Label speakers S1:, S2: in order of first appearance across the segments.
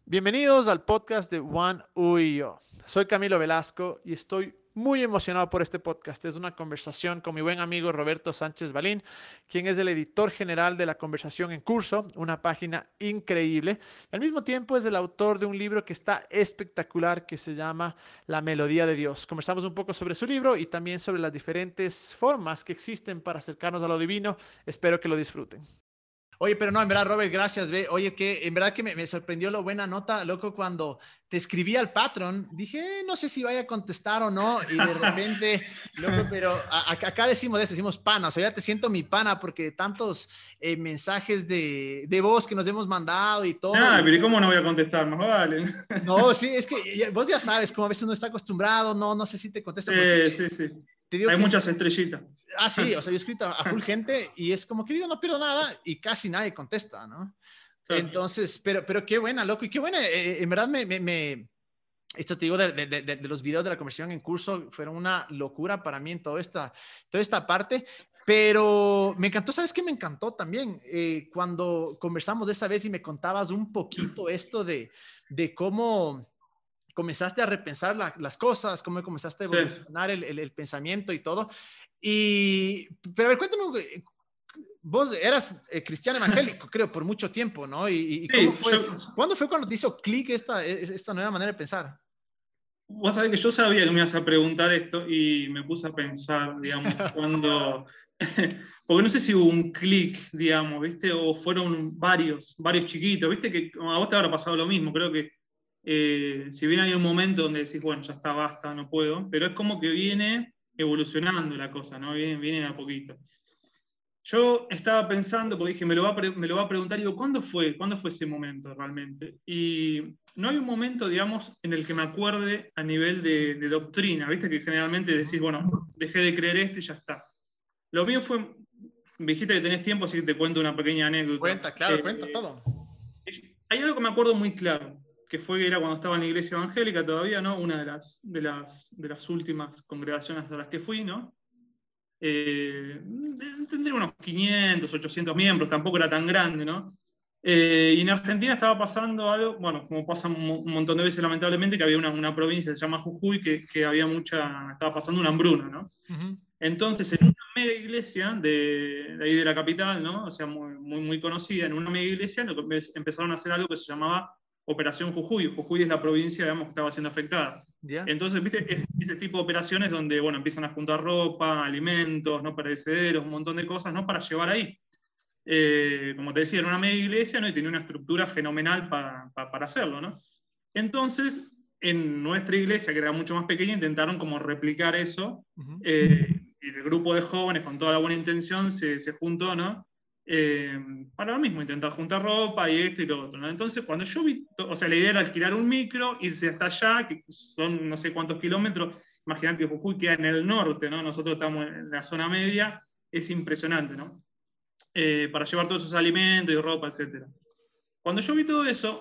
S1: Bienvenidos al podcast de Juan U y yo. Soy Camilo Velasco y estoy muy emocionado por este podcast. Es una conversación con mi buen amigo Roberto Sánchez Balín, quien es el editor general de La Conversación en Curso, una página increíble. Al mismo tiempo es el autor de un libro que está espectacular que se llama La Melodía de Dios. Conversamos un poco sobre su libro y también sobre las diferentes formas que existen para acercarnos a lo divino. Espero que lo disfruten.
S2: Oye, pero no, en verdad, Robert, gracias, ve. Oye, que en verdad que me sorprendió lo buena nota, loco, cuando te escribí al patrón, dije, no sé si vaya a contestar o no, y de repente, loco, pero acá decimos eso, decimos pana, o sea, ya te siento mi pana, porque tantos mensajes de voz que nos hemos mandado y todo.
S3: Nah, pero ¿y cómo no voy a contestar? Más vale.
S2: No, sí, es que vos ya sabes, como a veces uno está acostumbrado, no sé si te contesto, porque
S3: Sí.
S2: te digo
S3: Hay
S2: que
S3: muchas estrellitas.
S2: sí, o sea, yo he escrito a full gente y es como que digo, no pierdo nada y casi nadie contesta, ¿no?
S3: Claro.
S2: Entonces, pero qué buena, loco, y qué buena, en verdad esto te digo de los videos de la conversación en curso, fueron una locura para mí en toda esta parte, pero me encantó, ¿sabes qué me encantó también? Cuando conversamos de esa vez y me contabas un poquito esto de cómo comenzaste a repensar las cosas, cómo comenzaste a
S3: Sí.
S2: evolucionar el pensamiento y todo. Pero a ver, cuéntame, vos eras cristiano evangélico, creo, por mucho tiempo, ¿no? ¿Y cómo
S3: Sí,
S2: fue? ¿Cuándo fue cuando te hizo clic esta nueva manera de pensar?
S3: vos sabés que yo sabía que me ibas a preguntar esto y me puse a pensar, digamos, cuando... Porque no sé si hubo un clic, digamos, ¿viste? O fueron varios chiquitos, ¿viste? Que a vos te habrá pasado lo mismo, creo que si bien hay un momento donde decís, bueno, ya está, basta, no puedo, pero es como que viene evolucionando la cosa, ¿no? Viene de a poquito. Yo estaba pensando, porque dije, me lo va a preguntar, y digo, ¿cuándo fue ese momento realmente? Y no hay un momento, digamos, en el que me acuerde a nivel de doctrina, ¿viste? Que generalmente decís, bueno, dejé de creer esto y ya está. Lo mío fue, me dijiste que tenés tiempo, así que te cuento una pequeña anécdota.
S2: Cuenta todo.
S3: Hay algo que me acuerdo muy claro, que era cuando estaba en la iglesia evangélica todavía, ¿no? Una de las últimas congregaciones a las que fui, ¿no? Tendría unos 500, 800 miembros, tampoco era tan grande, ¿no? Y en Argentina estaba pasando algo, bueno, como pasa un montón de veces lamentablemente, que había una provincia que se llama Jujuy, que estaba pasando una hambruna, ¿no? Entonces, en una mega iglesia de ahí de la capital, ¿no? O sea, muy conocida, en una mega iglesia empezaron a hacer algo que se llamaba Operación Jujuy. Jujuy es la provincia, digamos, que estaba siendo afectada.
S2: Yeah.
S3: Entonces, ¿viste? Ese tipo de operaciones donde, bueno, empiezan a juntar ropa, alimentos, no perecederos, un montón de cosas, ¿no? Para llevar ahí. Como te decía, era una mega iglesia, ¿no? Y tenía una estructura fenomenal para hacerlo, ¿no? Entonces, en nuestra iglesia, que era mucho más pequeña, intentaron como replicar eso. Y el grupo de jóvenes, con toda la buena intención, se juntó, ¿no? Para lo mismo, intentar juntar ropa y esto y lo otro, ¿no? Entonces, cuando yo vi, o sea, la idea era alquilar un micro, irse hasta allá, que son no sé cuántos kilómetros, imagínate que Jujuy queda en el norte, ¿no? Nosotros estamos en la zona media, es impresionante, ¿no? Para llevar todos esos alimentos y ropa, etc. Cuando yo vi todo eso,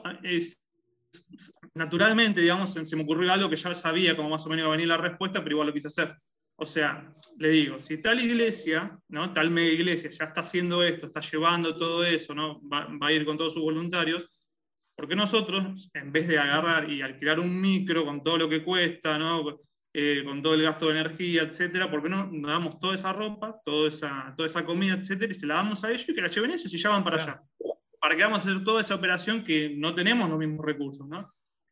S3: naturalmente, digamos, se me ocurrió algo que ya sabía como más o menos iba a venir la respuesta, pero igual lo quise hacer. O sea, le digo, si tal iglesia, ¿no? Tal mega iglesia ya está haciendo esto, está llevando todo eso, ¿no? Va a ir con todos sus voluntarios, ¿por qué nosotros, en vez de agarrar y alquilar un micro con todo lo que cuesta, ¿no? Con todo el gasto de energía, etcétera, ¿por qué no nos damos toda esa ropa, toda esa comida, etcétera, y se la damos a ellos y que la lleven ellos y ya van para allá? ¿Para qué vamos a hacer toda esa operación que no tenemos los mismos recursos, ¿no?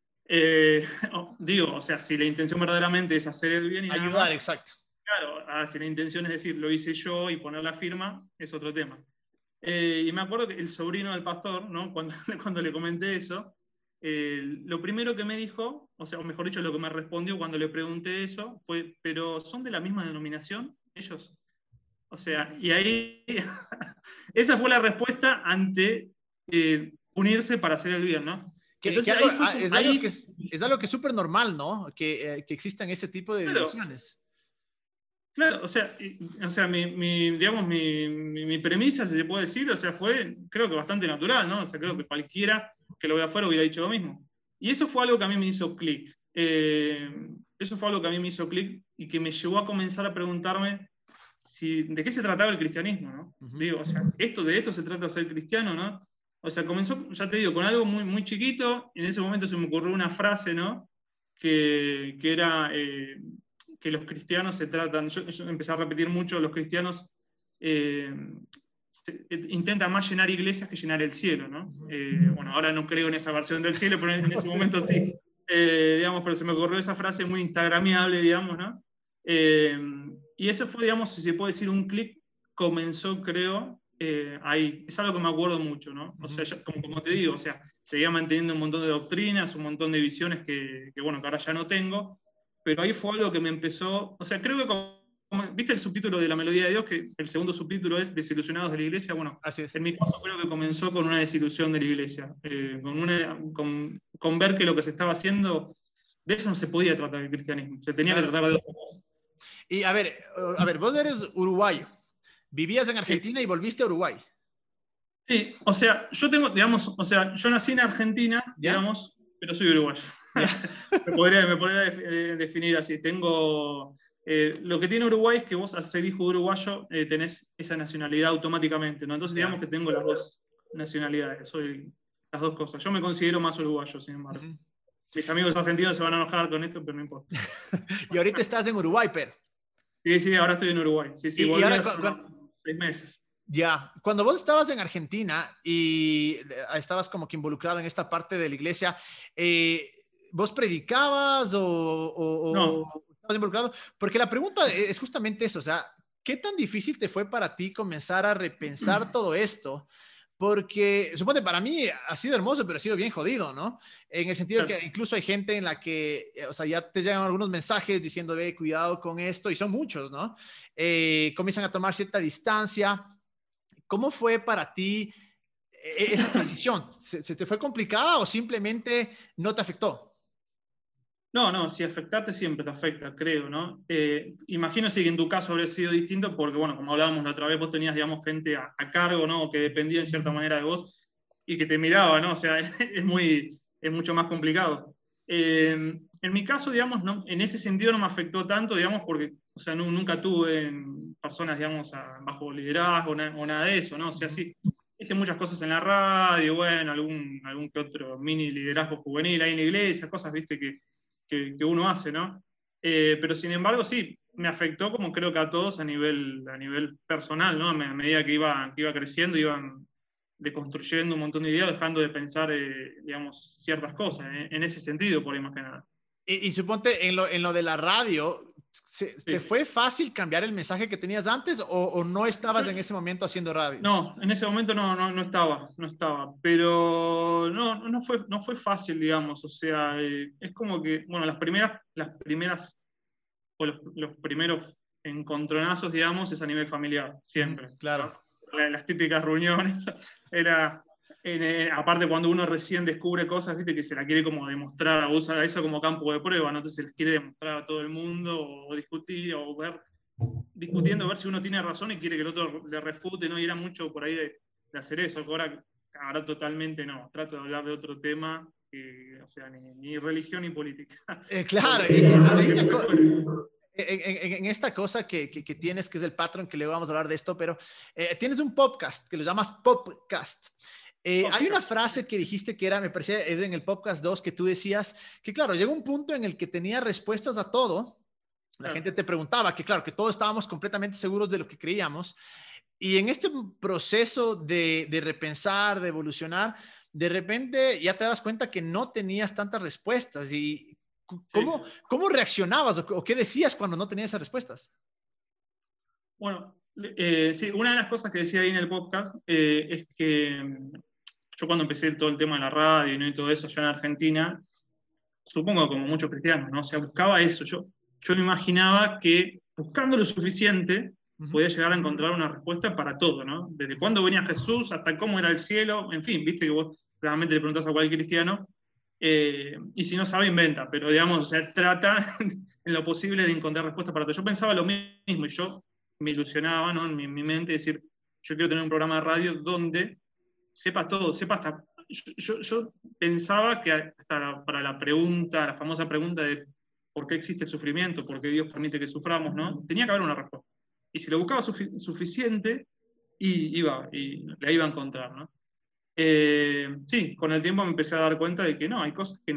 S3: Digo, o sea, si la intención verdaderamente es hacer el bien y
S2: ayudar,
S3: nada más,
S2: exacto.
S3: Claro, si la intención es decir, lo hice yo y poner la firma, es otro tema. Y me acuerdo que el sobrino del pastor, ¿no? Cuando le comenté eso, lo primero que me dijo, o sea, o mejor dicho, lo que me respondió cuando le pregunté eso, fue, ¿pero son de la misma denominación ellos? O sea, y ahí, esa fue la respuesta ante unirse para hacer el bien, ¿no? Entonces,
S2: es algo que es súper normal, ¿no? Que existan ese tipo de divisiones.
S3: Claro, o sea, digamos, mi premisa, si se puede decir, o sea, fue, creo que bastante natural, ¿no? O sea, creo que cualquiera que lo vea afuera hubiera dicho lo mismo. Y eso fue algo que a mí me hizo clic. Eso fue algo que a mí me hizo clic y que me llevó a comenzar a preguntarme de qué se trataba el cristianismo, ¿no? Digo, o sea, de esto se trata ser cristiano, ¿no? O sea, comenzó, ya te digo, con algo muy, muy chiquito, y en ese momento se me ocurrió una frase, ¿no? Que era que los cristianos se tratan, yo empecé a repetir mucho, los cristianos eh, intentan más llenar iglesias que llenar el cielo, ¿no? Bueno, ahora no creo en esa versión del cielo, pero en ese momento sí. Digamos, pero se me ocurrió esa frase muy instagramiable, digamos, ¿no? Y eso fue, digamos, si se puede decir, un clic, comenzó, creo, ahí. Es algo que me acuerdo mucho, ¿no? O sea, como te digo, o sea, seguía manteniendo un montón de doctrinas, un montón de visiones bueno, que ahora ya no tengo, pero ahí fue algo que me empezó, o sea, creo que ¿viste el subtítulo de La Melodía de Dios? Que el segundo subtítulo es Desilusionados de la Iglesia. Bueno,
S2: Así es.
S3: en mi caso creo que comenzó con una desilusión de la Iglesia, con ver que lo que se estaba haciendo, de eso no se podía tratar el cristianismo, se tenía que tratar de otra cosa.
S2: Y a ver, vos eres uruguayo, vivías en Argentina y volviste a Uruguay.
S3: Sí, o sea, yo tengo, digamos, o sea, yo nací en Argentina,
S2: ¿Ya?
S3: digamos, pero soy uruguayo. me podría definir así. Tengo, lo que tiene Uruguay es que vos, al ser hijo de uruguayo, tenés esa nacionalidad automáticamente, ¿no? Entonces, digamos que tengo las dos nacionalidades, soy las dos cosas. Yo me considero más uruguayo, sin embargo. Mis amigos argentinos se van a enojar con esto, pero no importa.
S2: Y ahorita estás en Uruguay, pero.
S3: Sí, ahora estoy en Uruguay. Sí, volví
S2: ahora,
S3: hace 6 meses.
S2: Ya, cuando vos estabas en Argentina y estabas como que involucrado en esta parte de la iglesia, ¿vos predicabas o
S3: No.
S2: estabas involucrado? Porque la pregunta es justamente eso, o sea, ¿qué tan difícil te fue para ti comenzar a repensar todo esto? Porque, suponte, para mí ha sido hermoso, pero ha sido bien jodido, ¿no? En el sentido de que incluso hay gente en la que, o sea, ya te llegan algunos mensajes diciendo, ve, cuidado con esto, y son muchos, ¿no? Comienzan a tomar cierta distancia. ¿Cómo fue para ti esa transición? ¿Se te fue complicada o simplemente no te afectó?
S3: No, si afectarte siempre te afecta, creo, ¿no? Imagino que en tu caso habría sido distinto porque, bueno, como hablábamos la otra vez, vos tenías, digamos, gente a cargo, ¿no? Que dependía en cierta manera de vos y que te miraba, ¿no? O sea, es mucho más complicado. En mi caso, digamos, no, en ese sentido no me afectó tanto, digamos, porque, o sea, nunca tuve personas, digamos, bajo liderazgo o nada de eso, ¿no? O sea, sí, hice muchas cosas en la radio, bueno, algún que otro mini liderazgo juvenil ahí en la iglesia, cosas, viste, que uno hace, ¿no? Pero sin embargo, sí, me afectó como creo que a todos a nivel personal, ¿no? A medida que iba creciendo, iban deconstruyendo un montón de ideas, dejando de pensar, digamos, ciertas cosas, en ese sentido, por ahí más que nada.
S2: Y suponte, en lo de la radio, ¿te fue fácil cambiar el mensaje que tenías antes o no estabas en ese momento haciendo radio?
S3: No, en ese momento no estaba, pero no fue fácil, digamos, o sea, es como que, bueno, las primeras o los primeros encontronazos, digamos, es a nivel familiar, siempre.
S2: Claro.
S3: ¿No? Las típicas reuniones, aparte cuando uno recién descubre cosas, viste, que se la quiere como demostrar, usa eso como campo de prueba, ¿no? Entonces se les quiere demostrar a todo el mundo, o discutir, o discutiendo a ver si uno tiene razón y quiere que el otro le refute, ¿no? Y era mucho por ahí de hacer eso, que ahora totalmente no, trato de hablar de otro tema, o sea, ni religión ni política.
S2: Claro, en esta cosa que tienes, que es el patrón, que luego vamos a hablar de esto, pero tienes un podcast que lo llamas Popcast. Hay una frase que dijiste que me parecía, es en el Popcast 2, que tú decías que, claro, llegó un punto en el que tenía respuestas a todo. La gente te preguntaba que, claro, que todos estábamos completamente seguros de lo que creíamos. Y en este proceso de repensar, de evolucionar, de repente ya te das cuenta que no tenías tantas respuestas. ¿Y cómo reaccionabas o qué decías cuando no tenías esas respuestas?
S3: Bueno, sí, una de las cosas que decía ahí en el podcast es que yo cuando empecé todo el tema de la radio, ¿no? Y todo eso allá en Argentina, supongo como muchos cristianos, ¿no? O sea, buscaba eso. Yo me imaginaba que buscando lo suficiente podía llegar a encontrar una respuesta para todo, ¿no? Desde cuándo venía Jesús hasta cómo era el cielo, en fin, viste que vos realmente le preguntás a cualquier cristiano, y si no sabe, inventa, pero digamos, o sea, trata en lo posible de encontrar respuestas para todo. Yo pensaba lo mismo y yo me ilusionaba, ¿no? En mi mente decir, yo quiero tener un programa de radio donde sepa todo, sepa hasta... Yo pensaba que hasta para la famosa pregunta de por qué existe el sufrimiento, por qué Dios permite que suframos, ¿no? Tenía que haber una respuesta. Y si lo buscaba suficiente, la iba a encontrar, ¿no? Sí, con el tiempo me empecé a dar cuenta de que no, hay cosas que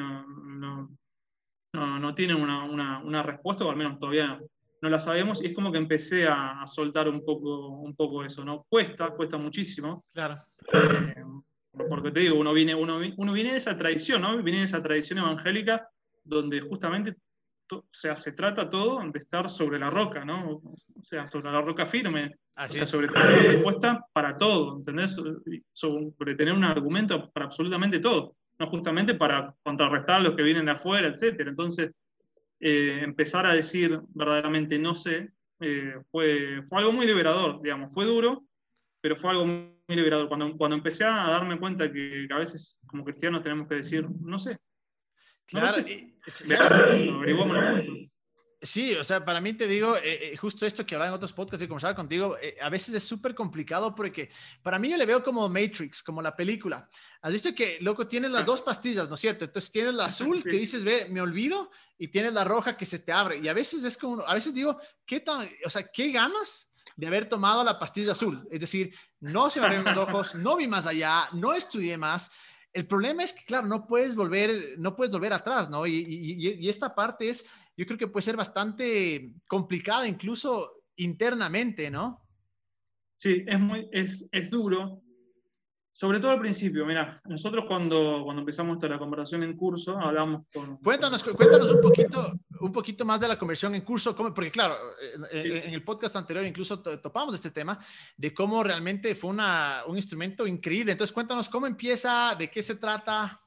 S3: no tienen una respuesta, o al menos todavía no la sabemos, y es como que empecé a soltar un poco eso, ¿no? Cuesta muchísimo.
S2: Claro.
S3: Porque te digo, uno viene de esa tradición, ¿no? Viene de esa tradición evangélica donde justamente, o sea, se trata todo de estar sobre la roca, ¿no? O sea, sobre la roca firme.
S2: Así
S3: O sea,
S2: es.
S3: sobre tener una respuesta para todo, ¿entendés? Sobre tener un argumento para absolutamente todo, no justamente para contrarrestar a los que vienen de afuera, etcétera. Entonces, empezar a decir verdaderamente no sé, fue algo muy liberador, digamos. Fue duro, pero fue algo muy liberador. Cuando empecé a darme cuenta que a veces como cristianos tenemos que decir no sé, no lo
S2: Claro.
S3: sé. Veámoslo, averiguámoslo juntos.
S2: Sí, o sea, para mí te digo, justo esto que hablaba en otros podcasts y conversar contigo, a veces es súper complicado porque para mí yo le veo como Matrix, como la película. Has visto que, loco, tienes las dos pastillas, ¿no es cierto? Entonces tienes la azul
S3: Sí.
S2: que dices, ve, me olvido, y tienes la roja que se te abre. Y a veces es como, a veces digo, o sea, ¿qué ganas de haber tomado la pastilla azul? Es decir, no se me abrieron los ojos, no vi más allá, no estudié más. El problema es que, claro, no puedes volver atrás, ¿no? Y esta parte es, yo creo que puede ser bastante complicada, incluso internamente, ¿no?
S3: Sí, es duro, sobre todo al principio. Mirá, nosotros cuando empezamos toda la conversación en curso, hablamos
S2: Cuéntanos un poquito más de la conversión en curso, porque claro, en el podcast anterior incluso topamos este tema de cómo realmente fue un instrumento increíble. Entonces, cuéntanos cómo empieza, de qué se trata.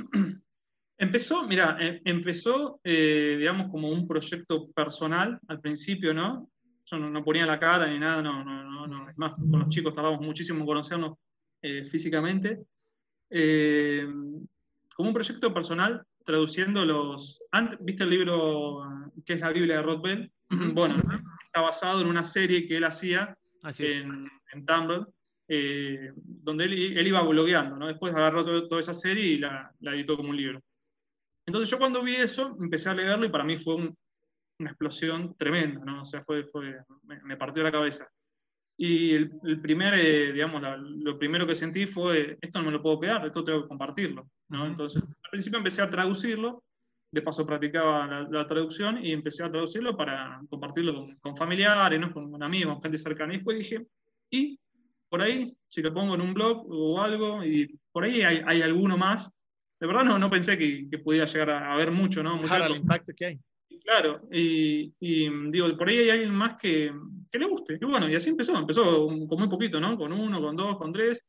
S3: Empezó, digamos, como un proyecto personal al principio, ¿no? Yo no ponía la cara ni nada, no. Es más, con los chicos tardamos muchísimo en conocernos físicamente. Como un proyecto personal, traduciendo ¿viste el libro que es la Biblia de Roth Bell? Bueno, está basado en una serie que él hacía
S2: Así es.
S3: en Tumblr, donde él iba blogueando, ¿no? Después agarró toda esa serie y la editó como un libro. Entonces yo cuando vi eso, empecé a leerlo y para mí fue una explosión tremenda, ¿no? O sea, me partió la cabeza. Y el primer, digamos, lo primero que sentí fue, esto no me lo puedo quedar, esto tengo que compartirlo, ¿no? Entonces, al principio empecé a traducirlo, de paso practicaba la traducción y empecé a traducirlo para compartirlo con familiares, ¿no? Con amigos, con gente cercana. Y después dije, y por ahí, si lo pongo en un blog o algo, y por ahí hay alguno más. De verdad no pensé que pudiera llegar a haber mucho, ¿no?
S2: Claro, el impacto que hay.
S3: Claro, y digo, por ahí hay alguien más que le guste. Y bueno, y así empezó con muy poquito, ¿no? Con 1, con 2, con 3.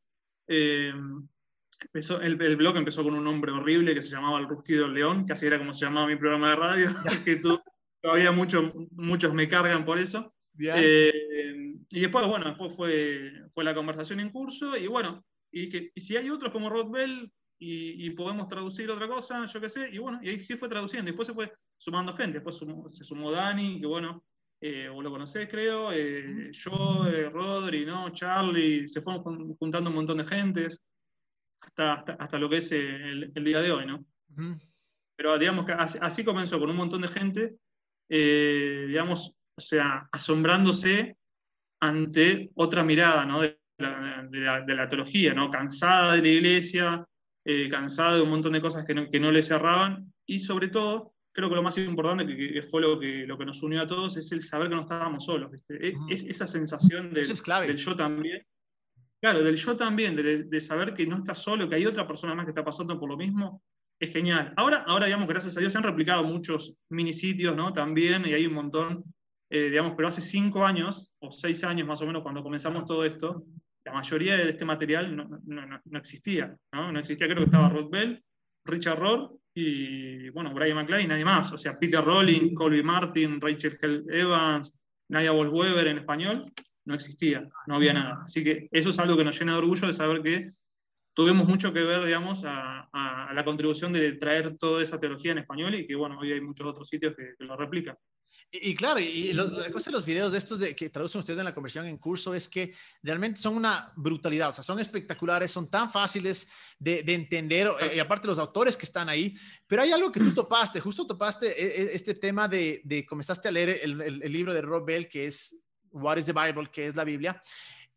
S3: El blog empezó con un nombre horrible que se llamaba El Rugido del León, que así era como se llamaba mi programa de radio, que todavía muchos me cargan por eso. Y después, bueno, después fue la conversación en curso, y bueno, y si hay otros como Roth Bell, y podemos traducir otra cosa, yo qué sé, y bueno, y ahí sí fue traduciendo, y después se fue sumando gente, después se sumó Dani, que bueno, vos lo conocés creo, yo, Rodri, ¿no? Charlie, se fueron juntando un montón de gentes, hasta lo que es el día de hoy, ¿no? Pero digamos que así comenzó, con un montón de gente, digamos, o sea, asombrándose ante otra mirada, ¿no? de la teología, ¿no? Cansada de la iglesia, cansada de un montón de cosas que no le cerraban, y sobre todo, creo que lo más importante, que fue lo que nos unió a todos, es el saber que no estábamos solos, ¿viste? Es esa sensación
S2: Eso es clave.
S3: del yo también. Claro, del yo también, de saber que no estás solo, que hay otra persona más que está pasando por lo mismo, es genial. Ahora, digamos, gracias a Dios se han replicado muchos minisitios, ¿no? También, y hay un montón, digamos, pero hace 5 años, o 6 años más o menos, cuando comenzamos todo esto, la mayoría de este material no existía, ¿no? No existía, creo que estaba Roth Bell, Richard Rohr, y, bueno, Brian McLean y nadie más. O sea, Peter Rowling, Colby Martin, Rachel Held Evans, Nadia Wolf-Weber en español, no existía, no había nada. Así que eso es algo que nos llena de orgullo, de saber que tuvimos mucho que ver, digamos, a la contribución de traer toda esa teología en español, y que, bueno, hoy hay muchos otros sitios que lo replican.
S2: Y claro, la cosa de los videos de estos que traducen ustedes en la conversión en curso es que realmente son una brutalidad, o sea, son espectaculares, son tan fáciles de entender, y aparte los autores que están ahí, pero hay algo que tú justo topaste este tema comenzaste a leer el libro de Roth Bell, que es What is the Bible, que es la Biblia,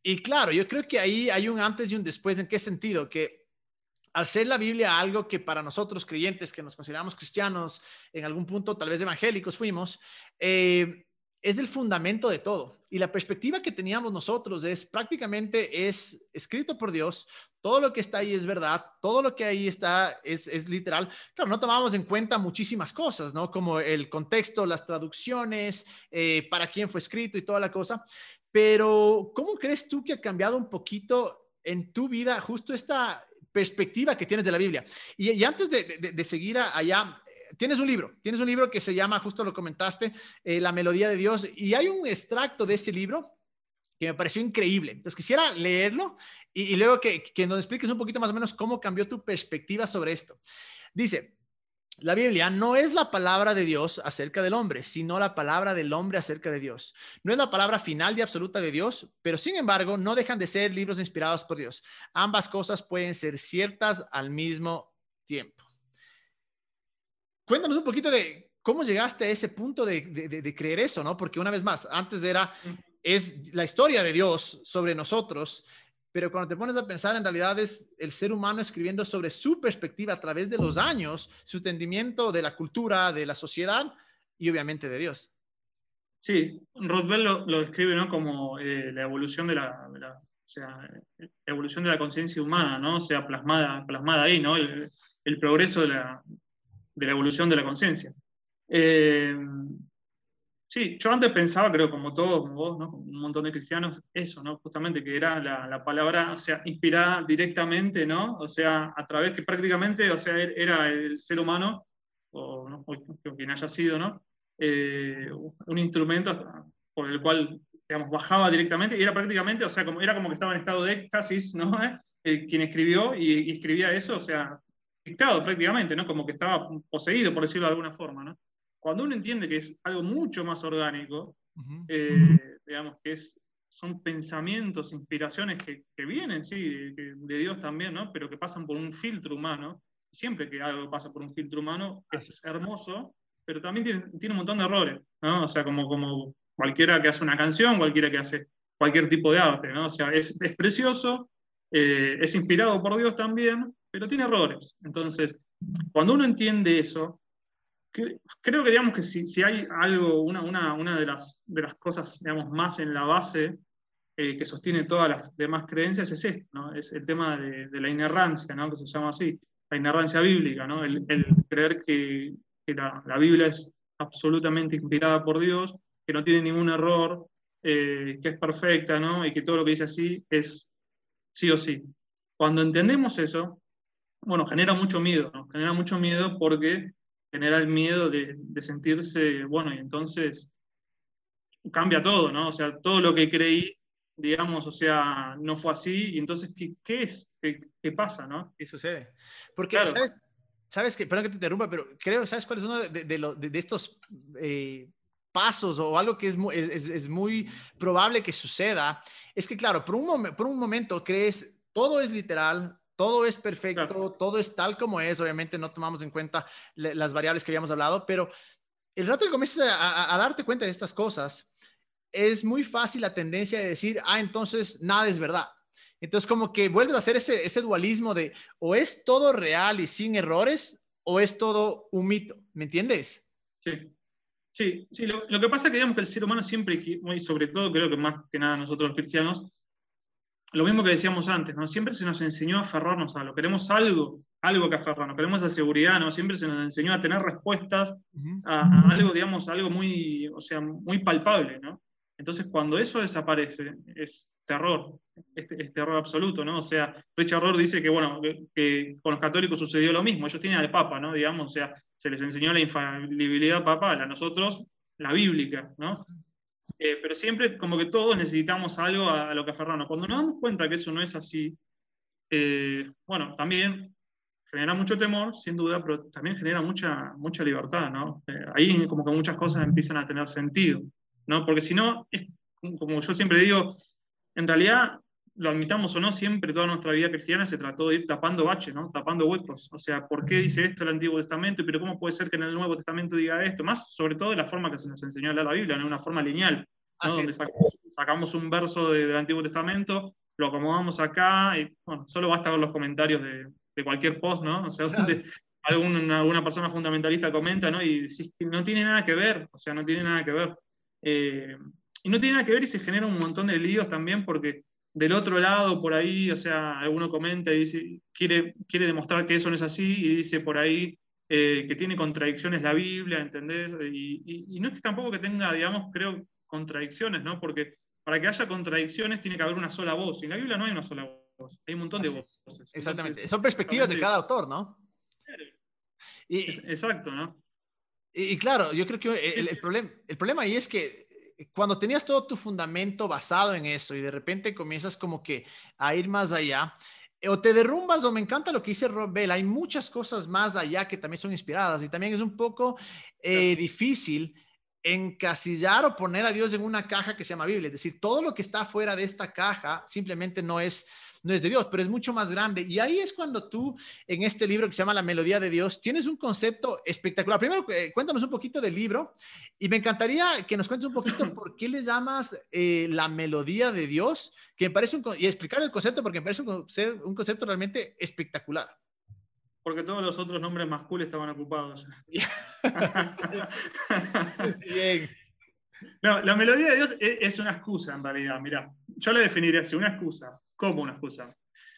S2: Y claro, yo creo que ahí hay un antes y un después. ¿En qué sentido? Que al ser la Biblia algo que para nosotros creyentes, que nos consideramos cristianos, en algún punto tal vez evangélicos fuimos, es el fundamento de todo. Y la perspectiva que teníamos nosotros es prácticamente es escrito por Dios, todo lo que está ahí es verdad, todo lo que ahí está es literal. Claro, no tomamos en cuenta muchísimas cosas, ¿no? Como el contexto, las traducciones, para quién fue escrito y toda la cosa. Pero, ¿cómo crees tú que ha cambiado un poquito en tu vida justo esta perspectiva que tienes de la Biblia? Y antes de seguir allá, tienes un libro que se llama, justo lo comentaste, La Melodía de Dios, y hay un extracto de ese libro que me pareció increíble. Entonces quisiera leerlo y luego que nos expliques un poquito más o menos cómo cambió tu perspectiva sobre esto. Dice: la Biblia no es la palabra de Dios acerca del hombre, sino la palabra del hombre acerca de Dios. No es la palabra final y absoluta de Dios, pero sin embargo no dejan de ser libros inspirados por Dios. Ambas cosas pueden ser ciertas al mismo tiempo. Cuéntanos un poquito de cómo llegaste a ese punto de creer eso, ¿no? Porque una vez más, antes es la historia de Dios sobre nosotros, pero cuando te pones a pensar, en realidad es el ser humano escribiendo sobre su perspectiva a través de los años, su entendimiento de la cultura, de la sociedad y obviamente de Dios.
S3: Sí, Rothbell lo describe, ¿no? Como la evolución de o sea, evolución de la conciencia humana, ¿no? O sea, plasmada ahí, ¿no? El progreso de la evolución de la conciencia. Sí, yo antes pensaba, creo, como todos, como vos, ¿no? Como un montón de cristianos, eso, ¿no? Justamente que era la palabra, o sea, inspirada directamente, ¿no? O sea, a través que prácticamente, o sea, era el ser humano, o quien haya sido, ¿no? Un instrumento por el cual, digamos, bajaba directamente y era prácticamente, o sea, era como que estaba en estado de éxtasis, ¿no? Quien escribió y escribía eso, o sea, dictado prácticamente, ¿no? Como que estaba poseído, por decirlo de alguna forma, ¿no? Cuando uno entiende que es algo mucho más orgánico, digamos que son pensamientos, inspiraciones que vienen, sí, de Dios también, ¿no? Pero que pasan por un filtro humano. Siempre que algo pasa por un filtro humano es hermoso, pero también tiene un montón de errores, ¿no? O sea, como cualquiera que hace una canción, cualquiera que hace cualquier tipo de arte, ¿no? O sea, es precioso, es inspirado por Dios también, pero tiene errores. Entonces, cuando uno entiende eso, creo que, digamos, que si hay algo, una de las cosas, digamos, más en la base que sostiene todas las demás creencias es esto, ¿no? Es el tema de la inerrancia, ¿no? Que se llama así, la inerrancia bíblica, ¿no? El creer que la Biblia es absolutamente inspirada por Dios, que no tiene ningún error, que es perfecta, ¿no? Y que todo lo que dice así es sí o sí. Cuando entendemos eso, bueno, genera mucho miedo, ¿no? Genera mucho miedo porque genera el miedo de sentirse, bueno, y entonces cambia todo, ¿no? O sea, todo lo que creí, digamos, o sea, no fue así, y entonces, ¿qué es? ¿Qué pasa, no?
S2: ¿Qué sucede? Porque,
S3: Claro.
S2: ¿sabes que, perdón que te interrumpa, pero creo, ¿sabes cuál es uno de estos pasos o algo que es muy probable que suceda? Es que, claro, por un momento crees, todo es literal, todo es perfecto,
S3: Claro.
S2: todo es tal como es. Obviamente no tomamos en cuenta las variables que habíamos hablado, pero el rato que comienzas a darte cuenta de estas cosas, es muy fácil la tendencia de decir, entonces nada es verdad. Entonces como que vuelves a hacer ese dualismo de o es todo real y sin errores o es todo un mito, ¿me entiendes?
S3: Sí. Lo que pasa es que, digamos, que el ser humano siempre, y sobre todo creo que más que nada nosotros los cristianos, lo mismo que decíamos antes, ¿no? Siempre se nos enseñó a aferrarnos a algo. Queremos algo que aferrarnos, queremos esa seguridad, ¿no? Siempre se nos enseñó a tener respuestas a algo, digamos, algo muy, o sea, muy palpable, ¿no? Entonces, cuando eso desaparece, es terror, es terror absoluto, ¿no? O sea, Richard Rohr dice que, bueno, que con los católicos sucedió lo mismo. Ellos tienen al Papa, ¿no? Digamos, o sea, se les enseñó la infalibilidad papal, a nosotros la bíblica, ¿no? Pero siempre como que todos necesitamos algo a lo que aferrarnos. Cuando nos damos cuenta que eso no es así, bueno, también genera mucho temor, sin duda, pero también genera mucha libertad, ¿no? Ahí como que muchas cosas empiezan a tener sentido, ¿no? Porque si no, como yo siempre digo, en realidad, lo admitamos o no, siempre toda nuestra vida cristiana se trató de ir tapando baches, ¿no? Tapando huecos. O sea, ¿por qué dice esto el Antiguo Testamento? Pero ¿cómo puede ser que en el Nuevo Testamento diga esto? Más sobre todo de la forma que se nos enseñó a leer la Biblia, ¿no? Una forma lineal. ¿no? Donde sacamos un verso del Antiguo Testamento, lo acomodamos acá, y bueno, solo basta ver los comentarios de cualquier post, ¿no? O sea, donde alguna persona fundamentalista comenta, ¿no? Y decís que no tiene nada que ver, o sea, no tiene nada que ver. Y no tiene nada que ver y se genera un montón de líos también porque del otro lado, por ahí, o sea, alguno comenta y dice, quiere demostrar que eso no es así y dice por ahí que tiene contradicciones la Biblia, ¿entendés? Y no es que tampoco que tenga, digamos, creo, contradicciones, ¿no? Porque para que haya contradicciones tiene que haber una sola voz. Y en la Biblia no hay una sola voz, hay un montón de voces.
S2: Exactamente.
S3: Entonces,
S2: son perspectivas de cada autor, ¿no?
S3: Exacto, ¿no?
S2: Y claro, yo creo que el problema ahí es que cuando tenías todo tu fundamento basado en eso y de repente comienzas como que a ir más allá, o te derrumbas o me encanta lo que dice Rob Bell, hay muchas cosas más allá que también son inspiradas y también es un poco difícil encasillar o poner a Dios en una caja que se llama Biblia, es decir, todo lo que está fuera de esta caja simplemente no es de Dios, pero es mucho más grande. Y ahí es cuando tú, en este libro que se llama La Melodía de Dios, tienes un concepto espectacular. Primero, cuéntanos un poquito del libro y me encantaría que nos cuentes un poquito por qué le llamas La Melodía de Dios, que me parece y explicar el concepto porque me parece un concepto realmente espectacular.
S3: Porque todos los otros nombres más cool estaban ocupados.
S2: Bien.
S3: No, la melodía de Dios es una excusa en realidad, mirá. Yo la definiría así, una excusa. ¿Cómo una excusa?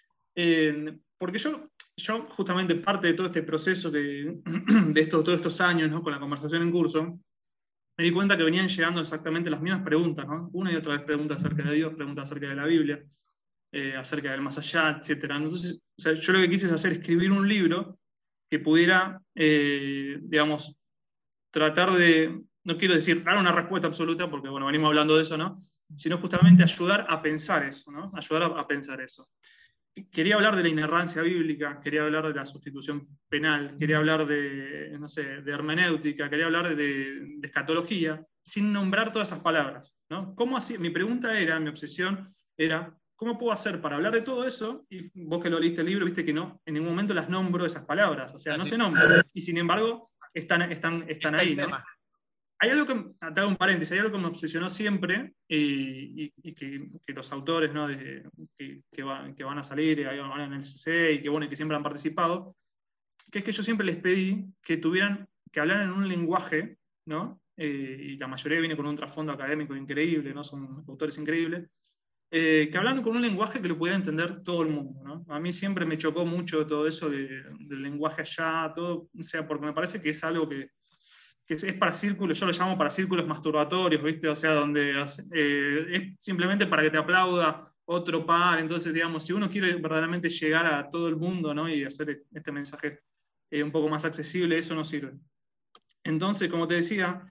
S3: Porque yo justamente parte de todo este proceso de todos estos años, ¿no? Con la conversación en curso, me di cuenta que venían llegando exactamente las mismas preguntas, ¿no? Una y otra vez preguntas acerca de Dios, preguntas acerca de la Biblia, acerca del más allá, etc. Entonces, o sea, yo lo que quise es escribir un libro que pudiera, digamos, tratar de, no quiero decir dar una respuesta absoluta, porque bueno, venimos hablando de eso, ¿no? Sino justamente ayudar a pensar eso, ¿no? Ayudar a pensar eso. Quería hablar de la inerrancia bíblica, quería hablar de la sustitución penal, quería hablar de, no sé, de hermenéutica, quería hablar de escatología, sin nombrar todas esas palabras, ¿no? ¿Cómo así? Mi pregunta era, mi obsesión era, ¿cómo puedo hacer para hablar de todo eso? Y vos que lo leíste el libro, viste que no, en ningún momento las nombro esas palabras, o sea, no se nombran, y sin embargo están ahí, ¿no? Hay algo que, te hago un paréntesis, hay algo que me obsesionó siempre y que los autores, ¿no? que van a salir ahora en el CC y bueno, que siempre han participado, que es que yo siempre les pedí que hablaran en un lenguaje, ¿no? Y la mayoría viene con un trasfondo académico increíble, ¿no? Son autores increíbles, que hablaran con un lenguaje que lo pudiera entender todo el mundo, ¿no? A mí siempre me chocó mucho todo eso del lenguaje allá, todo, o sea, porque me parece que es algo que es para círculos, yo lo llamo para círculos masturbatorios, ¿viste? O sea, donde es simplemente para que te aplauda otro par. Entonces, digamos, si uno quiere verdaderamente llegar a todo el mundo, ¿no? Y hacer este mensaje un poco más accesible, eso no sirve. Entonces, como te decía,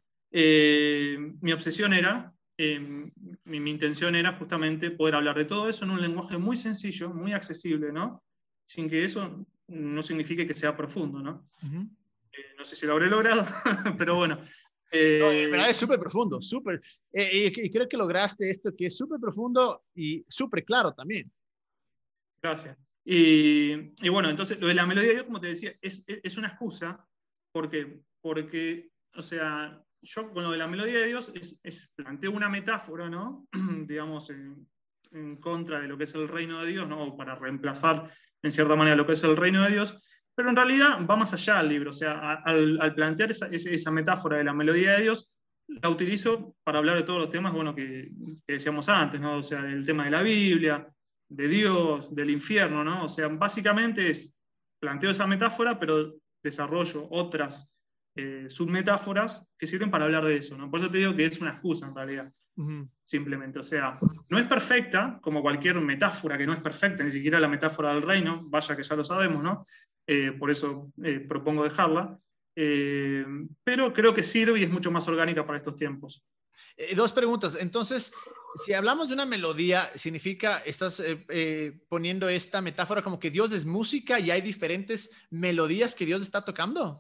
S3: mi obsesión era, mi intención era justamente poder hablar de todo eso en un lenguaje muy sencillo, muy accesible, ¿no? Sin que eso no signifique que sea profundo, ¿no?
S2: Uh-huh.
S3: No sé si lo habré logrado, pero bueno.
S2: No, en verdad es súper profundo, súper. Y creo que lograste esto que es súper profundo y súper claro también.
S3: Gracias. Y bueno, entonces lo de la melodía de Dios, como te decía, es una excusa, porque, o sea, yo con lo de la melodía de Dios planteo una metáfora, ¿no? Digamos, en contra de lo que es el reino de Dios, ¿no? Para reemplazar en cierta manera lo que es el reino de Dios. Pero en realidad va más allá del libro, o sea, al plantear esa metáfora de la melodía de Dios, la utilizo para hablar de todos los temas, bueno, que decíamos antes, ¿no? O sea, del tema de la Biblia, de Dios, del infierno, ¿no? O sea, básicamente planteo esa metáfora, pero desarrollo otras submetáforas que sirven para hablar de eso, ¿no? Por eso te digo que es una excusa en realidad. Uh-huh. Simplemente, o sea, no es perfecta, como cualquier metáfora que no es perfecta, ni siquiera la metáfora del reino, vaya que ya lo sabemos, ¿no? Por eso propongo dejarla, pero creo que sirve y es mucho más orgánica para estos tiempos.
S2: Dos preguntas. Entonces, si hablamos de una melodía, ¿significa, estás poniendo esta metáfora como que Dios es música y hay diferentes melodías que Dios está tocando?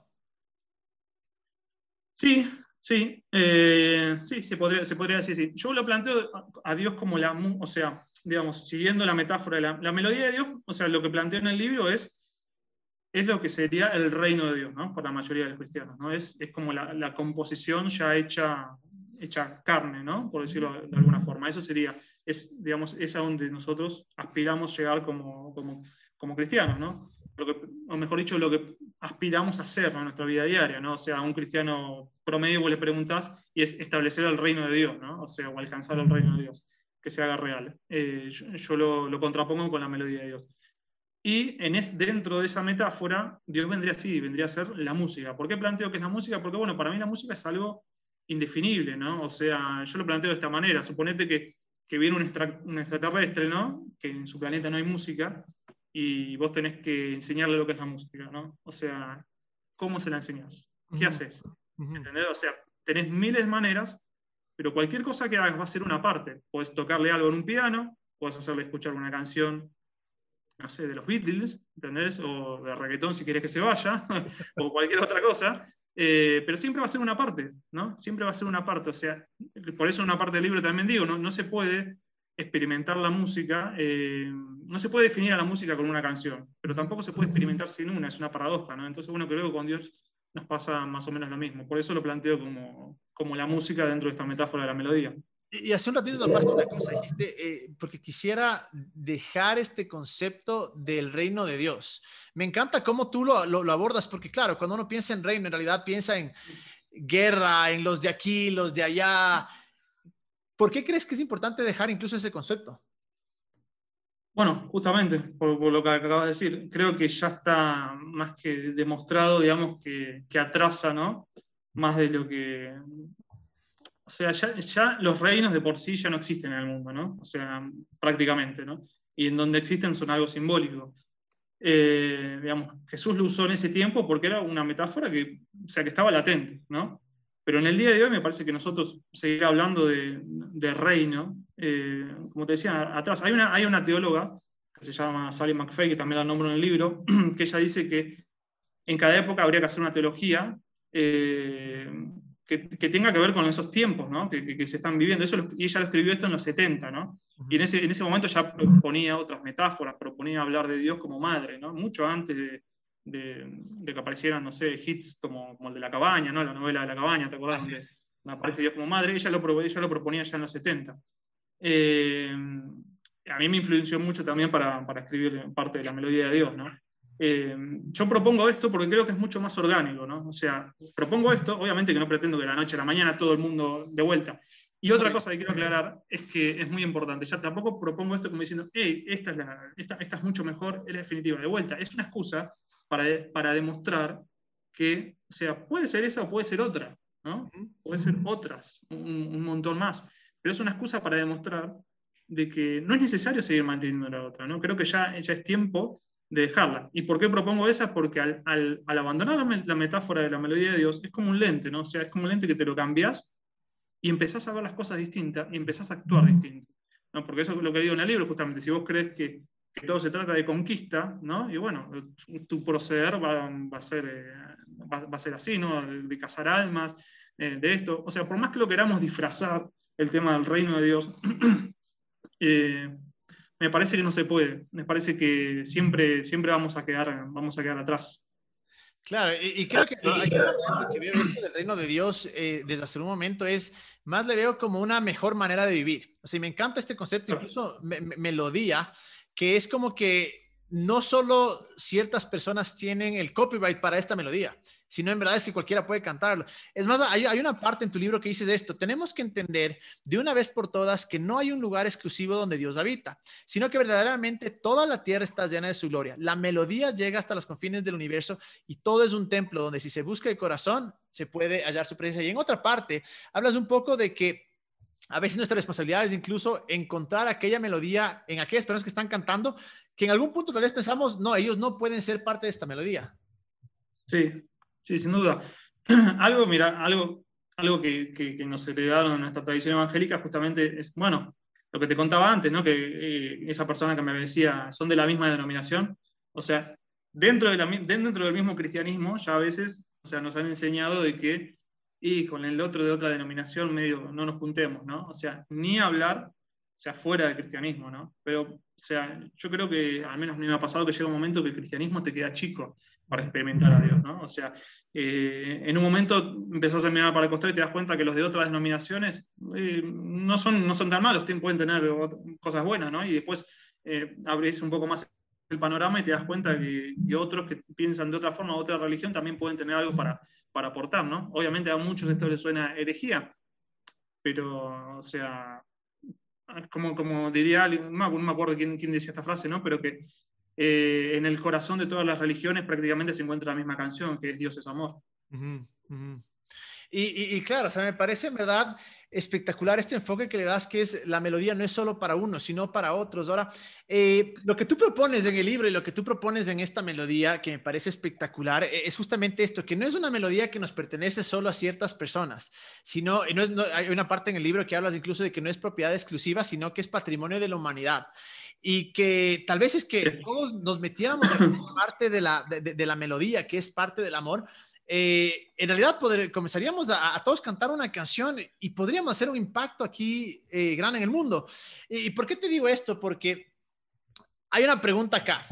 S3: Sí, sí, se podría decir sí. Yo lo planteo a Dios como o sea, digamos, siguiendo la metáfora de la melodía de Dios, o sea, lo que planteo en el libro es lo que sería el reino de Dios, ¿no? Por la mayoría de los cristianos, ¿no? Es como la composición ya hecha, hecha carne, ¿no? Por decirlo de alguna forma. Eso sería, digamos, es a donde nosotros aspiramos llegar como cristianos, ¿no? O mejor dicho, lo que aspiramos a hacer, ¿no?, en nuestra vida diaria, ¿no? O sea, a un cristiano promedio vos le preguntás y es establecer el reino de Dios, ¿no? O sea, o alcanzar el reino de Dios, que se haga real. Yo lo contrapongo con la melodía de Dios. Y dentro de esa metáfora, Dios vendría a ser la música. ¿Por qué planteo que es la música? Porque, bueno, para mí la música es algo indefinible, ¿no? O sea, yo lo planteo de esta manera. Suponete que viene un extraterrestre, ¿no? Que en su planeta no hay música, y vos tenés que enseñarle lo que es la música, ¿no? O sea, ¿cómo se la enseñás? ¿Qué haces? ¿Entendés? O sea, tenés miles de maneras, pero cualquier cosa que hagas va a ser una parte. Podés tocarle algo en un piano, podés hacerle escuchar una canción, no sé, de los Beatles, ¿entendés? O de reggaetón si querés que se vaya, o cualquier otra cosa, pero siempre va a ser una parte, ¿no? Siempre va a ser una parte, o sea, por eso en una parte del libro también digo, no se puede experimentar la música, no se puede definir a la música con una canción, pero tampoco se puede experimentar sin una, es una paradoja, ¿no? Entonces, bueno, creo que con Dios nos pasa más o menos lo mismo, por eso lo planteo como la música dentro de esta metáfora de la melodía.
S2: Y hace un ratito topaste una cosa, dijiste, porque quisiera dejar este concepto del reino de Dios. Me encanta cómo tú lo abordas, porque claro, cuando uno piensa en reino, en realidad piensa en guerra, en los de aquí, los de allá. ¿Por qué crees que es importante dejar incluso ese concepto?
S3: Bueno, justamente por lo que acabas de decir, creo que ya está más que demostrado, digamos, que atrasa, ¿no? Más de lo que... O sea, ya los reinos de por sí ya no existen en el mundo, ¿no? O sea, prácticamente, ¿no? Y en donde existen son algo simbólico. Digamos, Jesús lo usó en ese tiempo porque era una metáfora o sea, que estaba latente, ¿no? Pero en el día de hoy me parece que nosotros seguir hablando de reino, como te decía atrás, hay una teóloga que se llama Sally McFay, que también la nombro en el libro, que ella dice que en cada época habría que hacer una teología que tenga que ver con esos tiempos, ¿no? que se están viviendo. Y ella lo escribió esto en los 70, ¿no? Y en ese momento ya proponía otras metáforas, proponía hablar de Dios como madre, ¿no? Mucho antes de que aparecieran, no sé, hits como el de La Cabaña, ¿no? La novela de La Cabaña, ¿te acordás? Donde aparece Dios como madre. Ella lo proponía ya en los 70. A mí me influenció mucho también para escribir parte de la melodía de Dios, ¿no? Yo propongo esto porque creo que es mucho más orgánico, ¿no? O sea, propongo esto, obviamente que no pretendo que de la noche a la mañana todo el mundo de vuelta. Y otra cosa que quiero aclarar es que es muy importante. Ya tampoco propongo esto como diciendo, hey, esta es mucho mejor, es la definitiva. De vuelta, es una excusa para demostrar que, o sea, puede ser esa o puede ser otra, ¿no? Puede ser otras, un montón más. Pero es una excusa para demostrar de que no es necesario seguir manteniendo la otra, ¿no? Creo que ya es tiempo de dejarla. ¿Y por qué propongo esa? Porque al abandonar la metáfora de la melodía de Dios, es como un lente, ¿no? O sea, es como un lente que te lo cambias y empezás a ver las cosas distintas y empezás a actuar distinto, ¿no? Porque eso es lo que digo en el libro, justamente. Si vos crees que todo se trata de conquista, ¿no? Y bueno, tu proceder va a ser así, ¿no? De cazar almas, de esto. O sea, por más que lo queramos disfrazar, el tema del reino de Dios, me parece que no se puede. Me parece que siempre vamos a quedar atrás.
S2: Claro, y creo que hay una manera que veo esto del reino de Dios desde hace un momento más le veo como una mejor manera de vivir. O sea, me encanta este concepto, incluso melodía, que es como que no solo ciertas personas tienen el copyright para esta melodía, sino en verdad es que cualquiera puede cantarlo. Es más, hay una parte en tu libro que dices esto: tenemos que entender de una vez por todas que no hay un lugar exclusivo donde Dios habita, sino que verdaderamente toda la tierra está llena de su gloria. La melodía llega hasta los confines del universo y todo es un templo donde si se busca el corazón se puede hallar su presencia. Y en otra parte hablas un poco de que a veces nuestra responsabilidad es incluso encontrar aquella melodía en aquellas personas que están cantando, que en algún punto tal vez pensamos, no, ellos no pueden ser parte de esta melodía.
S3: Sí, sin duda. Algo que nos heredaron en nuestra tradición evangélica justamente es, bueno, lo que te contaba antes, ¿no? Que esa persona que me decía, son de la misma denominación. O sea, dentro del mismo cristianismo, ya a veces, o sea, nos han enseñado de que y con el otro de otra denominación medio no nos juntemos, ¿no? O sea, ni hablar, o sea, fuera del cristianismo, ¿no? Pero, o sea, yo creo que, al menos a mí me ha pasado que llega un momento que el cristianismo te queda chico. para experimentar a Dios, ¿no? O sea, en un momento empezás a mirar para el costado y te das cuenta que los de otras denominaciones no son tan malos, pueden tener cosas buenas, ¿no? Y después abrís un poco más el panorama y te das cuenta que otros que piensan de otra forma, otra religión, también pueden tener algo para aportar, ¿no? Obviamente a muchos esto les suena herejía, pero, o sea, como diría alguien, no me acuerdo quién decía esta frase, ¿no? Pero que en el corazón de todas las religiones prácticamente se encuentra la misma canción, que es Dios es amor.
S2: Uh-huh, uh-huh. Y claro, o sea, me parece en verdad espectacular este enfoque que le das, que es la melodía no es solo para uno, sino para otros. Ahora, lo que tú propones en el libro y lo que tú propones en esta melodía, que me parece espectacular, es justamente esto, que no es una melodía que nos pertenece solo a ciertas personas, sino, hay una parte en el libro que hablas incluso de que no es propiedad exclusiva, sino que es patrimonio de la humanidad. Y que tal vez es que todos nos metiéramos en parte de la melodía, que es parte del amor. En realidad comenzaríamos a todos cantar una canción y podríamos hacer un impacto aquí grande en el mundo. ¿Y por qué te digo esto? Porque hay una pregunta acá.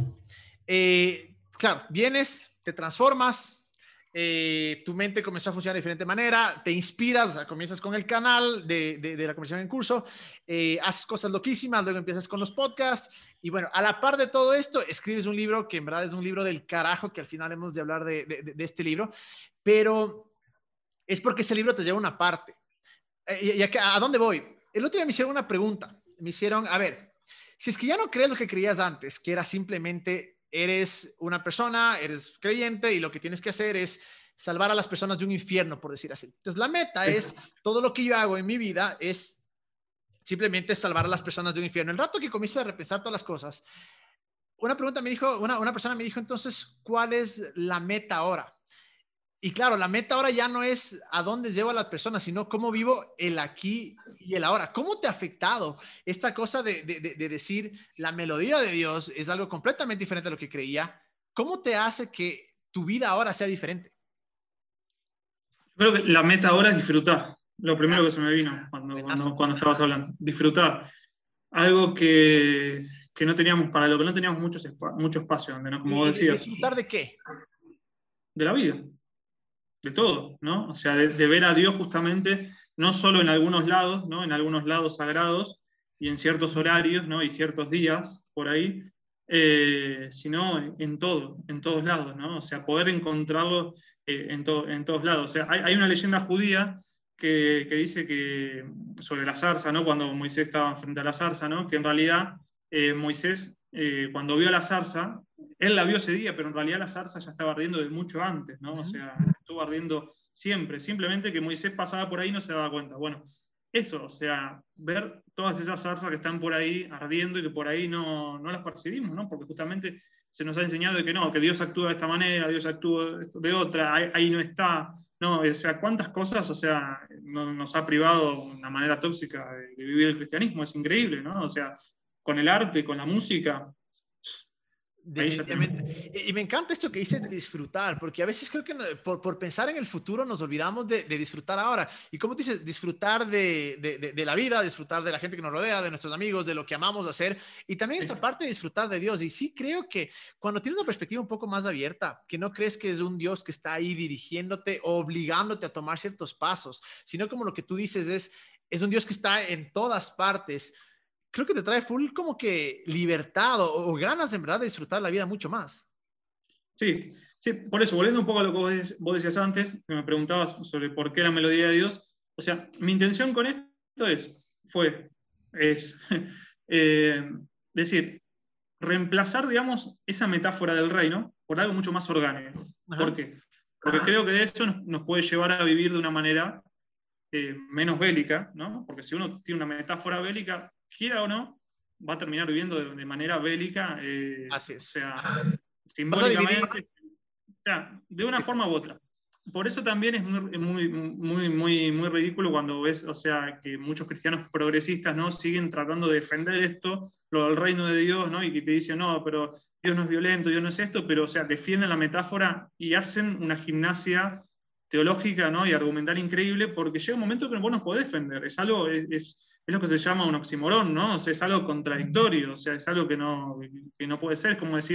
S2: Claro, vienes, te transformas, tu mente comenzó a funcionar de diferente manera, te inspiras, o sea, comienzas con el canal de la conversación en curso, haces cosas loquísimas, luego empiezas con los podcasts y bueno, a la par de todo esto, escribes un libro que en verdad es un libro del carajo, que al final hemos de hablar de este libro, pero es porque ese libro te lleva a una parte. ¿A dónde voy? El otro día me hicieron una pregunta, me hicieron, a ver, si es que ya no crees lo que creías antes, que era simplemente eres una persona, eres creyente y lo que tienes que hacer es salvar a las personas de un infierno, por decir así. Entonces, la meta es, todo lo que yo hago en mi vida es simplemente salvar a las personas de un infierno. El rato que comienzo a repensar todas las cosas, una persona me dijo, entonces, ¿cuál es la meta ahora? Y claro, la meta ahora ya no es a dónde llevo a las personas, sino cómo vivo el aquí y el ahora. ¿Cómo te ha afectado esta cosa de decir la melodía de Dios es algo completamente diferente a lo que creía? ¿Cómo te hace que tu vida ahora sea diferente?
S3: Yo creo que la meta ahora es disfrutar. Lo primero que se me vino cuando estabas hablando. Disfrutar. Algo que no teníamos, para lo que no teníamos mucho espacio, donde, ¿no? Como vos decías.
S2: ¿Disfrutar de qué?
S3: De la vida. De todo, ¿no? O sea, de ver a Dios justamente, no solo en algunos lados, ¿no? En algunos lados sagrados y en ciertos horarios, ¿no? Y ciertos días por ahí, sino en todos lados, ¿no? O sea, poder encontrarlo en todos lados. O sea, hay una leyenda judía que dice que sobre la zarza, ¿no? Cuando Moisés estaba frente a la zarza, ¿no? Que en realidad Moisés, cuando vio la zarza, él la vio ese día, pero en realidad la zarza ya estaba ardiendo de mucho antes, ¿no? O sea, estuvo ardiendo siempre, simplemente que Moisés pasaba por ahí y no se daba cuenta. Bueno, eso, o sea, ver todas esas zarzas que están por ahí ardiendo y que por ahí no las percibimos, ¿no? Porque justamente se nos ha enseñado de que no, que Dios actúa de esta manera, Dios actúa de otra, ahí no está, no, o sea, cuántas cosas, o sea, nos ha privado de una manera tóxica de vivir el cristianismo, es increíble, ¿no? O sea, con el arte, con la música.
S2: Definitivamente. Y me encanta esto que dices de disfrutar, porque a veces creo que por pensar en el futuro nos olvidamos de disfrutar ahora. Y como dices, disfrutar de la vida, disfrutar de la gente que nos rodea, de nuestros amigos, de lo que amamos hacer, y también esta parte de disfrutar de Dios. Y sí creo que cuando tienes una perspectiva un poco más abierta, que no crees que es un Dios que está ahí dirigiéndote o obligándote a tomar ciertos pasos, sino como lo que tú dices es un Dios que está en todas partes. Creo que te trae full como que libertad o ganas en verdad de disfrutar la vida mucho más.
S3: Sí, sí, por eso, volviendo un poco a lo que vos decías antes, que me preguntabas sobre por qué la melodía de Dios, o sea, mi intención con esto es decir, reemplazar, digamos, esa metáfora del reino por algo mucho más orgánico.
S2: Ajá.
S3: ¿Por qué? Porque creo que de eso nos puede llevar a vivir de una manera menos bélica, ¿no? Porque si uno tiene una metáfora bélica, quiera o no, va a terminar viviendo de manera bélica,
S2: Así es.
S3: o sea, simbólicamente, o sea, de una forma u otra. Por eso también es muy ridículo cuando ves, o sea, que muchos cristianos progresistas, ¿no? Siguen tratando de defender esto, lo del reino de Dios, ¿no? Y que te dicen, no, pero Dios no es violento, Dios no es esto, pero, o sea, defienden la metáfora y hacen una gimnasia teológica, ¿no? Y argumental increíble, porque llega un momento que vos no podés defender, es algo, es lo que se llama un oxímoron, ¿no? O sea, es algo contradictorio, o sea, es algo que no puede ser, es como decir,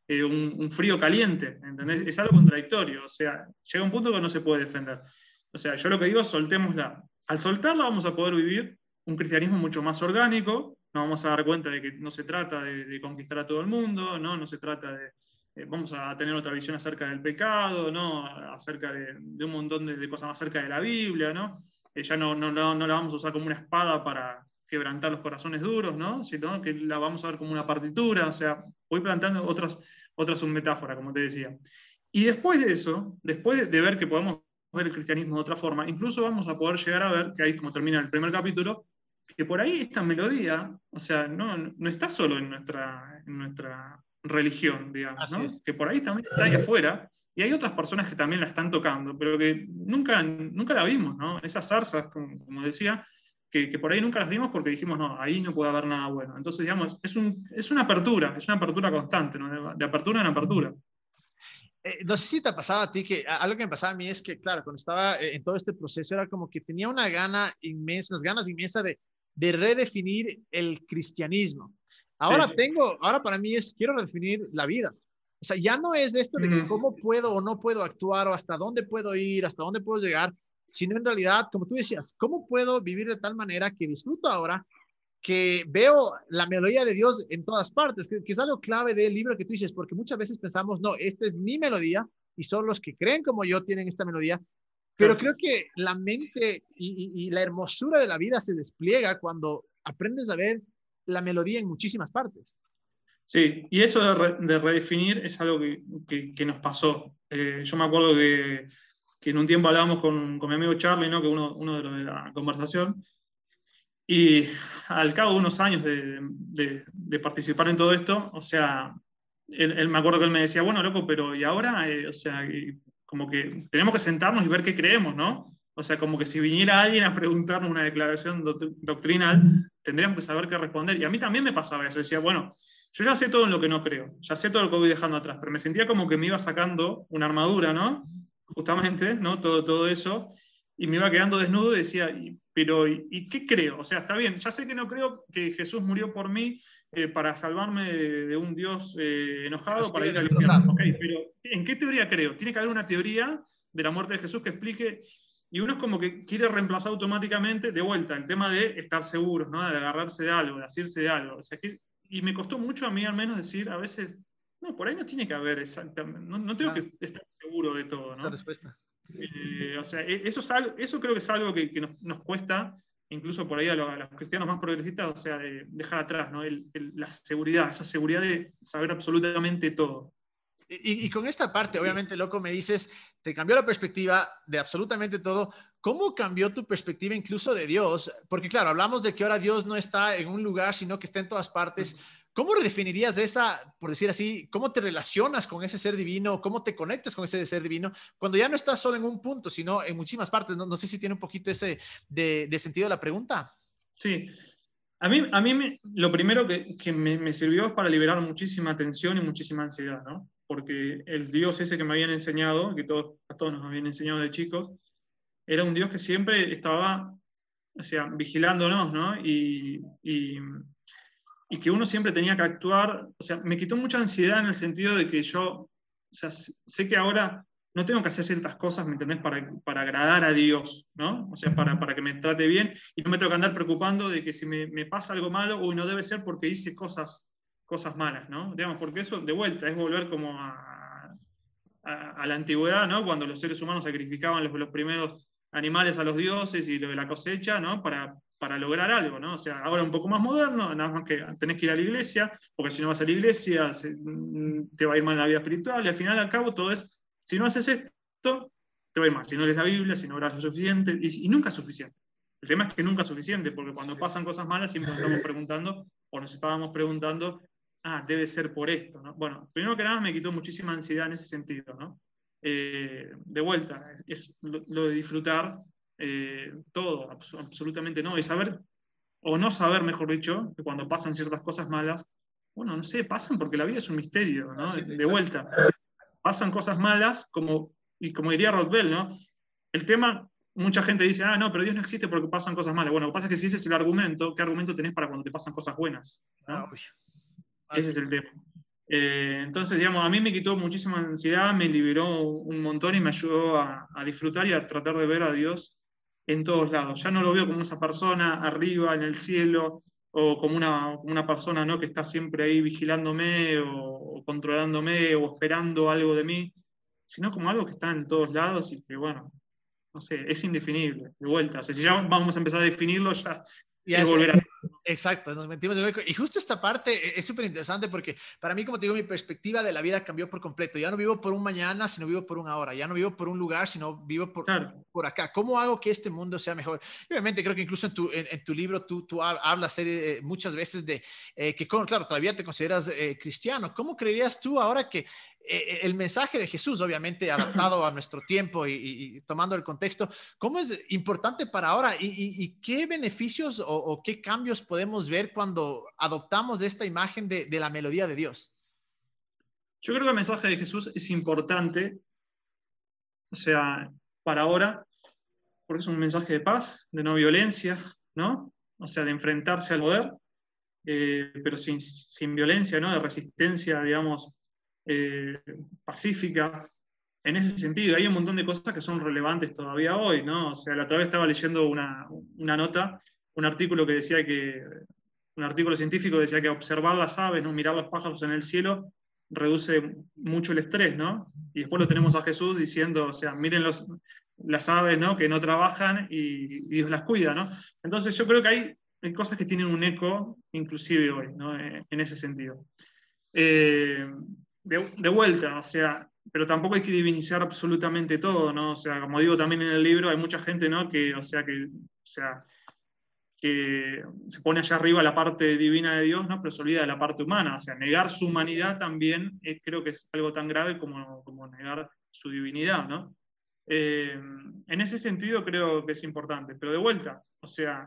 S3: un frío caliente, ¿entendés? Es algo contradictorio, o sea, llega un punto que no se puede defender. O sea, yo lo que digo es soltémosla. Al soltarla vamos a poder vivir un cristianismo mucho más orgánico, nos vamos a dar cuenta de que no se trata de conquistar a todo el mundo, no se trata de... vamos a tener otra visión acerca del pecado, ¿no? Acerca de un montón de cosas más acerca de la Biblia, ¿no? Ya no la vamos a usar como una espada para quebrantar los corazones duros, ¿no? Sino que la vamos a ver como una partitura, o sea, voy planteando otras submetáforas, como te decía. Y después de eso, después de ver que podemos ver el cristianismo de otra forma, incluso vamos a poder llegar a ver, que ahí como termina el primer capítulo, que por ahí esta melodía, o sea, no está solo en nuestra religión, digamos, ¿no? Que por ahí también está ahí afuera, y hay otras personas que también la están tocando, pero que nunca la vimos, ¿no? Esas zarzas, como decía, que por ahí nunca las vimos porque dijimos, no, ahí no puede haber nada bueno. Entonces, digamos, es una apertura constante, ¿no? De apertura en apertura.
S2: No sé si te pasaba a ti que algo que me pasaba a mí es que, claro, cuando estaba en todo este proceso era como que tenía unas ganas inmensas de redefinir el cristianismo. Ahora ahora para mí quiero redefinir la vida. O sea, ya no es esto de que cómo puedo o no puedo actuar o hasta dónde puedo ir, hasta dónde puedo llegar, sino en realidad, como tú decías, cómo puedo vivir de tal manera que disfruto ahora, que veo la melodía de Dios en todas partes, que es algo clave del libro que tú dices, porque muchas veces pensamos, no, esta es mi melodía y son los que creen como yo tienen esta melodía, pero creo que la mente y la hermosura de la vida se despliega cuando aprendes a ver la melodía en muchísimas partes.
S3: Sí, y eso de redefinir es algo que nos pasó. Yo me acuerdo que en un tiempo hablábamos con mi amigo Charlie, ¿no? Que uno de los de la conversación, y al cabo de unos años de participar en todo esto, o sea, él me acuerdo que él me decía, bueno, loco, pero ¿y ahora? O sea, como que tenemos que sentarnos y ver qué creemos, ¿no? O sea, como que si viniera alguien a preguntarnos una declaración doctrinal, tendríamos que saber qué responder. Y a mí también me pasaba eso. Decía, bueno, yo ya sé todo en lo que no creo, ya sé todo lo que voy dejando atrás, pero me sentía como que me iba sacando una armadura, ¿no? Justamente, ¿no? Todo eso, y me iba quedando desnudo y decía, ¿y qué creo? O sea, está bien, ya sé que no creo que Jesús murió por mí para salvarme de un Dios enojado para ir al infierno. Okay, pero ¿en qué teoría creo? Tiene que haber una teoría de la muerte de Jesús que explique, y uno es como que quiere reemplazar automáticamente de vuelta el tema de estar seguros, ¿no? De agarrarse de algo, de asirse de algo. O sea, y me costó mucho a mí al menos decir a veces, no, por ahí no tiene que haber exactamente, no tengo que estar seguro de todo, ¿no?
S2: Esa respuesta.
S3: O sea, eso creo que es algo que nos cuesta, incluso por ahí a los cristianos más progresistas, o sea, de dejar atrás, ¿no? La seguridad, esa seguridad de saber absolutamente todo.
S2: Y con esta parte, obviamente, loco, me dices, te cambió la perspectiva de absolutamente todo. ¿Cómo cambió tu perspectiva incluso de Dios? Porque claro, hablamos de que ahora Dios no está en un lugar, sino que está en todas partes. ¿Cómo redefinirías esa, por decir así, cómo te relacionas con ese ser divino? ¿Cómo te conectas con ese ser divino? Cuando ya no estás solo en un punto, sino en muchísimas partes. No sé si tiene un poquito ese de sentido la pregunta.
S3: Sí. A mí lo primero que me sirvió es para liberar muchísima tensión y muchísima ansiedad, ¿no? Porque el Dios ese que me habían enseñado, que a todos nos habían enseñado de chicos, era un Dios que siempre estaba, o sea, vigilándonos, ¿no? Y que uno siempre tenía que actuar, o sea, me quitó mucha ansiedad en el sentido de que yo, o sea, sé que ahora no tengo que hacer ciertas cosas, ¿me entendés? Para agradar a Dios, ¿no? O sea, para que me trate bien, y no me tengo que andar preocupando de que si me pasa algo malo, uy, no debe ser porque hice cosas malas, ¿no? Digamos, porque eso, de vuelta, es volver como a la antigüedad, ¿no? Cuando los seres humanos sacrificaban los primeros animales a los dioses y lo de la cosecha, ¿no? Para lograr algo, ¿no? O sea, ahora un poco más moderno, nada más que tenés que ir a la iglesia, porque si no vas a la iglesia te va a ir mal en la vida espiritual, y al final, al cabo, todo es, si no haces esto, te va a ir mal. Si no lees la Biblia, si no oras lo suficiente, y nunca es suficiente. El tema es que nunca es suficiente, porque cuando pasan cosas malas siempre nos estamos preguntando, o nos estábamos preguntando, debe ser por esto, ¿no? Bueno, primero que nada me quitó muchísima ansiedad en ese sentido, ¿no? De vuelta, es lo de disfrutar todo, absolutamente no, y saber, o no saber, mejor dicho, que cuando pasan ciertas cosas malas, bueno, no sé, pasan porque la vida es un misterio, ¿no? De vuelta, pasan cosas malas, como diría Rothbell, ¿no? El tema, mucha gente dice, no, pero Dios no existe porque pasan cosas malas. Bueno, lo que pasa es que si ese es el argumento, ¿qué argumento tenés para cuando te pasan cosas buenas? ¿No? Ese es el tema. Entonces, digamos, a mí me quitó muchísima ansiedad, me liberó un montón y me ayudó a disfrutar y a tratar de ver a Dios en todos lados. Ya no lo veo como esa persona arriba en el cielo o como una persona, ¿no?, que está siempre ahí vigilándome o controlándome o esperando algo de mí, sino como algo que está en todos lados y que, bueno, no sé, es indefinible, de vuelta. O sea, si ya vamos a empezar a definirlo, ya
S2: Ya
S3: es
S2: es,
S3: volver a...
S2: exacto, nos metimos en el hueco. Y justo esta parte es súper interesante porque para mí, como te digo, mi perspectiva de la vida cambió por completo. Ya no vivo por un mañana, sino vivo por un ahora. Ya no vivo por un lugar, sino vivo
S3: Claro.
S2: por acá. ¿Cómo hago que este mundo sea mejor? Y obviamente creo que incluso en tu libro tú hablas muchas veces de que, claro, todavía te consideras cristiano. ¿Cómo creerías tú ahora que el mensaje de Jesús, obviamente adaptado a nuestro tiempo y tomando el contexto, cómo es importante para ahora y qué beneficios o qué cambios podemos ver cuando adoptamos esta imagen de la melodía de Dios?
S3: Yo creo que el mensaje de Jesús es importante, o sea, para ahora, porque es un mensaje de paz, de no violencia, ¿no? O sea, de enfrentarse al poder, pero sin violencia, ¿no? De resistencia, digamos, eh, pacífica. En ese sentido, hay un montón de cosas que son relevantes todavía hoy, ¿no? O sea, la otra vez estaba leyendo una nota, un artículo que decía que, un artículo científico decía que observar las aves, ¿no?, mirar los pájaros en el cielo, reduce mucho el estrés, ¿no? Y después lo tenemos a Jesús diciendo, o sea, miren las aves, ¿no?, que no trabajan y Dios las cuida, ¿no? Entonces yo creo que hay cosas que tienen un eco inclusive hoy, ¿no? En ese sentido. De vuelta, o sea, pero tampoco hay que divinizar absolutamente todo, ¿no? O sea, como digo también en el libro, hay mucha gente, ¿no?, que se pone allá arriba la parte divina de Dios, ¿no?, pero se olvida de la parte humana. O sea, negar su humanidad también creo que es algo tan grave como negar su divinidad, ¿no? En ese sentido creo que es importante, pero de vuelta, o sea,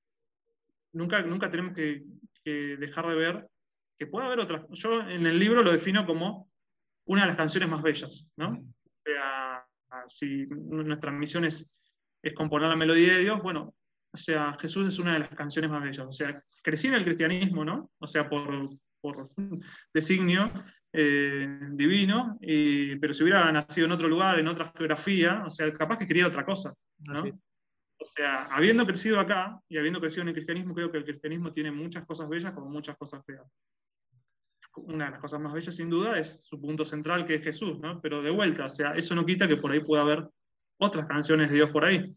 S3: nunca tenemos que dejar de ver que puede haber otras. Yo en el libro lo defino como una de las canciones más bellas, ¿no? O sea, si nuestra misión es componer la melodía de Dios, bueno, o sea, Jesús es una de las canciones más bellas. O sea, crecí en el cristianismo, ¿no? O sea, por designio divino, pero si hubiera nacido en otro lugar, en otra geografía, o sea, capaz que quería otra cosa, ¿no?
S2: Así.
S3: O sea, habiendo crecido acá y habiendo crecido en el cristianismo, creo que el cristianismo tiene muchas cosas bellas como muchas cosas feas. Una de las cosas más bellas, sin duda, es su punto central, que es Jesús, ¿no? Pero de vuelta, o sea, eso no quita que por ahí pueda haber otras canciones de Dios por ahí.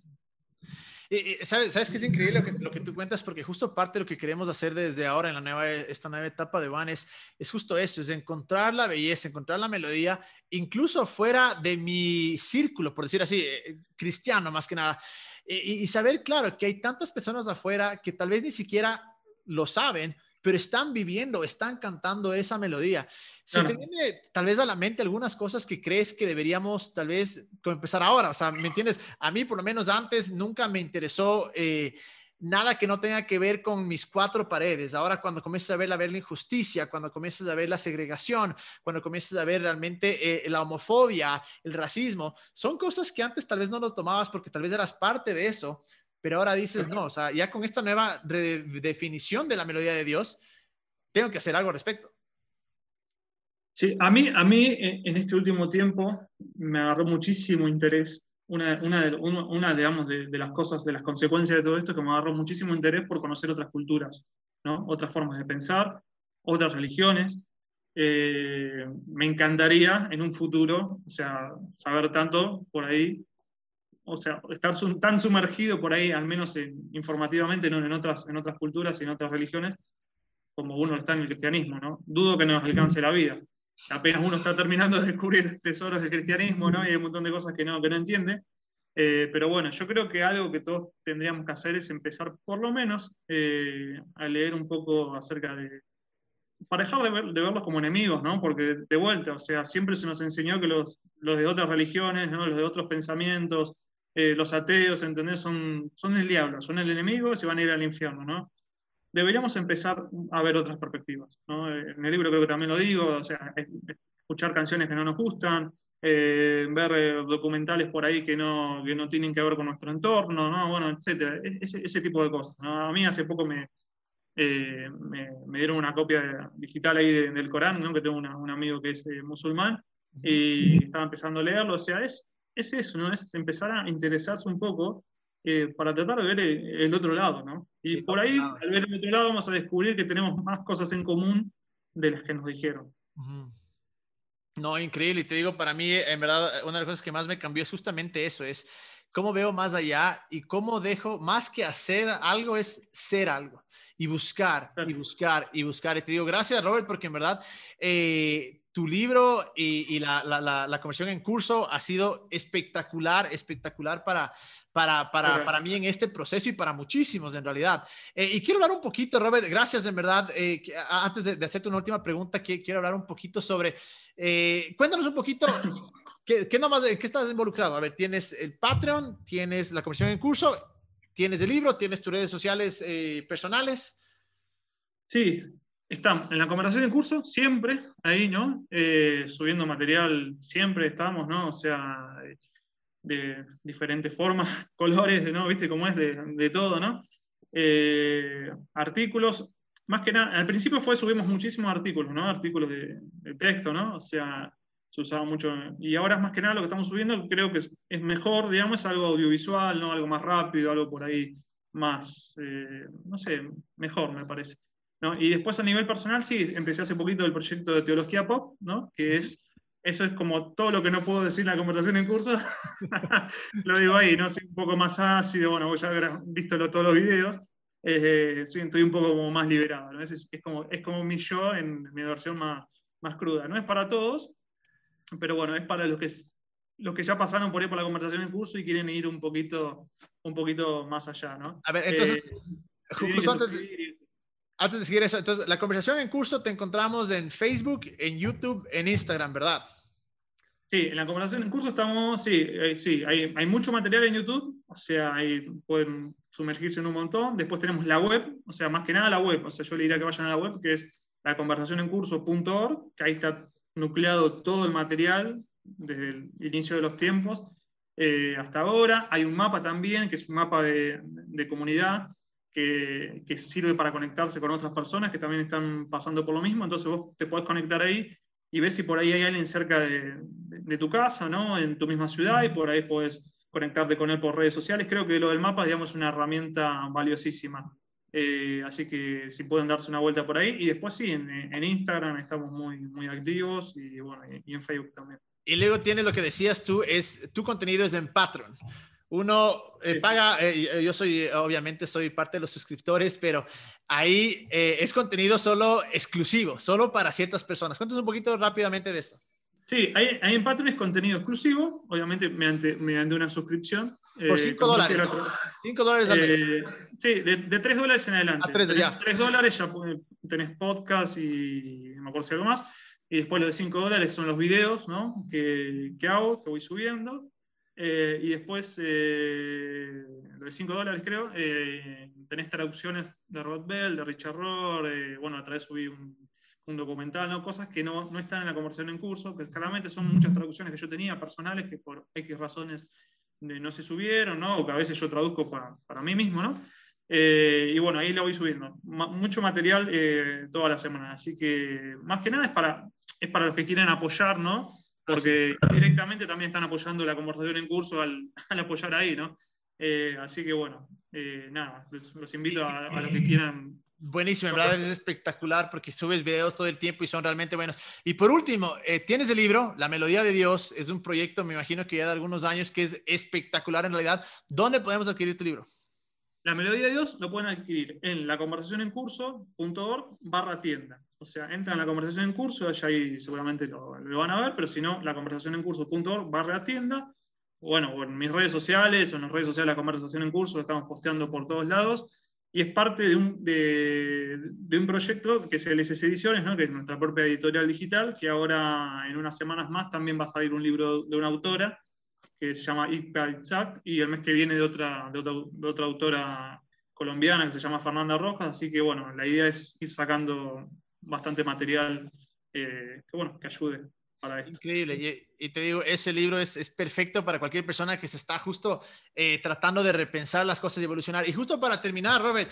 S2: ¿Sabes qué es increíble lo que tú cuentas? Porque justo parte de lo que queremos hacer desde ahora en esta nueva etapa de Van es justo eso, es encontrar la belleza, encontrar la melodía, incluso fuera de mi círculo, por decir así, cristiano más que nada. Y saber, claro, que hay tantas personas afuera que tal vez ni siquiera lo saben, pero están viviendo, están cantando esa melodía. ¿Se te viene tal vez a la mente algunas cosas que crees que deberíamos tal vez empezar ahora? O sea, ¿me entiendes? A mí, por lo menos antes, nunca me interesó nada que no tenga que ver con mis cuatro paredes. Ahora, cuando comienzas a ver la injusticia, cuando comienzas a ver la segregación, cuando comienzas a ver realmente la homofobia, el racismo, son cosas que antes tal vez no lo tomabas porque tal vez eras parte de eso, pero ahora dices, no, o sea, ya con esta nueva redefinición de la melodía de Dios, tengo que hacer algo al respecto.
S3: Sí, a mí en este último tiempo me agarró muchísimo interés. Digamos, de las cosas, de las consecuencias de todo esto, que me agarró muchísimo interés por conocer otras culturas, ¿no? Otras formas de pensar, otras religiones. Me encantaría en un futuro, o sea, saber tanto por ahí, o sea, estar tan sumergido por ahí, al menos informativamente, ¿no?, en otras culturas y en otras religiones, como uno está en el cristianismo, ¿no? Dudo que nos alcance la vida. Apenas uno está terminando de descubrir tesoros del cristianismo, ¿no?, y hay un montón de cosas que no entiende. Pero bueno, yo creo que algo que todos tendríamos que hacer es empezar por lo menos a leer un poco acerca de, para dejar de verlos como enemigos, ¿no? Porque de vuelta, o sea, siempre se nos enseñó que los de otras religiones, ¿no?, los de otros pensamientos, los ateos, ¿entendés? Son el diablo, son el enemigo y se van a ir al infierno, ¿no? Deberíamos empezar a ver otras perspectivas, ¿no? En el libro creo que también lo digo, o sea, escuchar canciones que no nos gustan, ver documentales por ahí que no tienen que ver con nuestro entorno, ¿no? Bueno, etcétera, ese tipo de cosas, ¿no? A mí hace poco me dieron una copia digital ahí del Corán, ¿no? Que tengo un amigo que es musulmán, y estaba empezando a leerlo. O sea, es eso, ¿no? Es empezar a interesarse un poco para tratar de ver el otro lado, ¿no? Y
S2: El
S3: por
S2: otro
S3: ahí,
S2: lado.
S3: al ver el otro lado, vamos a descubrir que tenemos más cosas en común de las que nos dijeron.
S2: No, increíble. Y te digo, para mí, en verdad, una de las cosas que más me cambió es justamente eso, es cómo veo más allá y cómo dejo, más que hacer algo, es ser algo y buscar y buscar y buscar. Y te digo, gracias, Robert, porque en verdad tu libro y la conversión en curso ha sido espectacular, espectacular para mí en este proceso y para muchísimos en realidad. Y quiero hablar un poquito, Robert, gracias en verdad. Antes de hacerte una última pregunta, quiero hablar un poquito sobre, cuéntanos un poquito. ¿Qué estás involucrado? A ver, tienes el Patreon, tienes la conversión en curso, tienes el libro, tienes tus redes sociales personales.
S3: Sí, estamos en la conversación en curso, siempre ahí, ¿no? Subiendo material, siempre estamos, ¿no? O sea, de diferentes formas, colores, ¿no? ¿Viste cómo es de todo, ¿no? Artículos, más que nada, al principio subimos muchísimos artículos, ¿no? Artículos de texto, ¿no? O sea, se usaba mucho. Y ahora es más que nada lo que estamos subiendo, creo que es mejor, digamos, es algo audiovisual, ¿no? Algo más rápido, algo por ahí más, no sé, mejor me parece, ¿no? Y después a nivel personal, sí, empecé hace poquito el proyecto de Teología Pop, ¿no? Que eso es como todo lo que no puedo decir en la conversación en curso, lo digo ahí, ¿no? Soy un poco más ácido, bueno, vos ya habrás visto todos los videos, sí, estoy un poco como más liberado, ¿no? Es como mi yo en mi versión más cruda. No es para todos, pero bueno, es para los que ya pasaron por ahí por la conversación en curso y quieren ir un poquito más allá, ¿no?
S2: A ver, entonces, justo
S3: suscribir.
S2: antes de seguir eso, entonces, la conversación en curso te encontramos en Facebook, en YouTube, en Instagram, ¿verdad?
S3: Sí, en la conversación en curso estamos, sí, hay mucho material en YouTube, o sea, ahí pueden sumergirse en un montón. Después tenemos la web, o sea, más que nada la web, o sea, yo le diría que vayan a la web, que es laconversacionencurso.org, que ahí está nucleado todo el material desde el inicio de los tiempos hasta ahora. Hay un mapa también, que es un mapa de comunidad, que sirve para conectarse con otras personas que también están pasando por lo mismo, entonces vos te podés conectar ahí y ves si por ahí hay alguien cerca de tu casa, ¿no? En tu misma ciudad, y por ahí puedes conectarte con él por redes sociales. Creo que lo del mapa, digamos, es una herramienta valiosísima. Así que si pueden darse una vuelta por ahí. Y después sí, en Instagram estamos muy activos, y bueno, y en Facebook también.
S2: Y luego tienes lo que decías tú, tu contenido es en Patreon. Uno paga, yo obviamente soy parte de los suscriptores, pero ahí es contenido solo exclusivo, solo para ciertas personas. Cuéntanos un poquito rápidamente de eso.
S3: Sí, ahí en Patreon es contenido exclusivo, obviamente mediante una suscripción.
S2: Por $5. $5 al mes.
S3: Sí, de $3 en adelante.
S2: A 3 de ya.
S3: $3 ya tenés podcast y no me acuerdo si algo más. Y después los de $5 son los videos, ¿no? que hago, que voy subiendo. Y después, lo de $5 creo, tenés traducciones de Rod Bell, de Richard Rohr, bueno, otra vez subí un documental, ¿no? Cosas que no están en la conversación en curso, que claramente son muchas traducciones que yo tenía personales que por X razones no se subieron, ¿no? O que a veces yo traduzco para mí mismo, ¿no? Y bueno, ahí lo voy subiendo. Mucho material toda la semana. Así que más que nada es para los que quieren apoyar, ¿no? Porque directamente también están apoyando la conversación en curso al apoyar ahí, ¿no? Así que bueno, nada, los invito a los que quieran.
S2: Buenísimo, en verdad es espectacular porque subes videos todo el tiempo y son realmente buenos. Y por último, tienes el libro, La Melodía de Dios, es un proyecto, me imagino que ya de algunos años, que es espectacular en realidad. ¿Dónde podemos adquirir tu libro?
S3: La Melodía de Dios lo pueden adquirir en laconversacionencurso.org/tienda. O sea, entran a la conversación en curso, allá ahí seguramente lo van a ver, pero si no, laconversacionencurso.org/tienda. Bueno, o en mis redes sociales, o en las redes sociales de la conversación en curso, lo estamos posteando por todos lados. Y es parte de un proyecto que es el SS Ediciones, ¿no? Que es nuestra propia editorial digital, que ahora en unas semanas más también va a salir un libro de una autora que se llama Ikpa Itzhak, y el mes que viene de otra autora colombiana que se llama Fernanda Rojas. Así que bueno, la idea es ir sacando bastante material que ayude para esto.
S2: Increíble. Y te digo, ese libro es perfecto para cualquier persona que se está justo tratando de repensar las cosas y evolucionar. Y justo para terminar, Robert,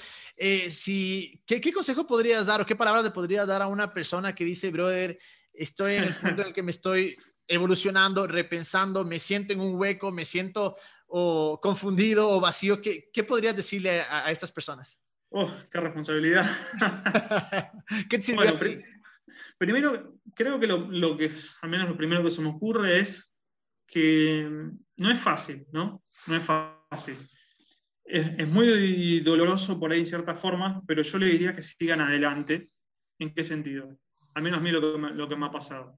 S2: ¿qué consejo podrías dar o qué palabras le podrías dar a una persona que dice, brother, estoy en el punto en el que me estoy evolucionando, repensando, me siento en un hueco, me siento confundido o vacío? ¿Qué podrías decirle a estas personas?
S3: ¡Oh, qué responsabilidad!
S2: ¿Qué te sirvió
S3: Bueno,
S2: a ti?
S3: primero, creo que lo que, al menos lo primero que se me ocurre es que no es fácil, ¿no? No es fácil. Es muy doloroso por ahí en ciertas formas, pero yo le diría que sigan adelante. ¿En qué sentido? Al menos a mí lo que me ha pasado.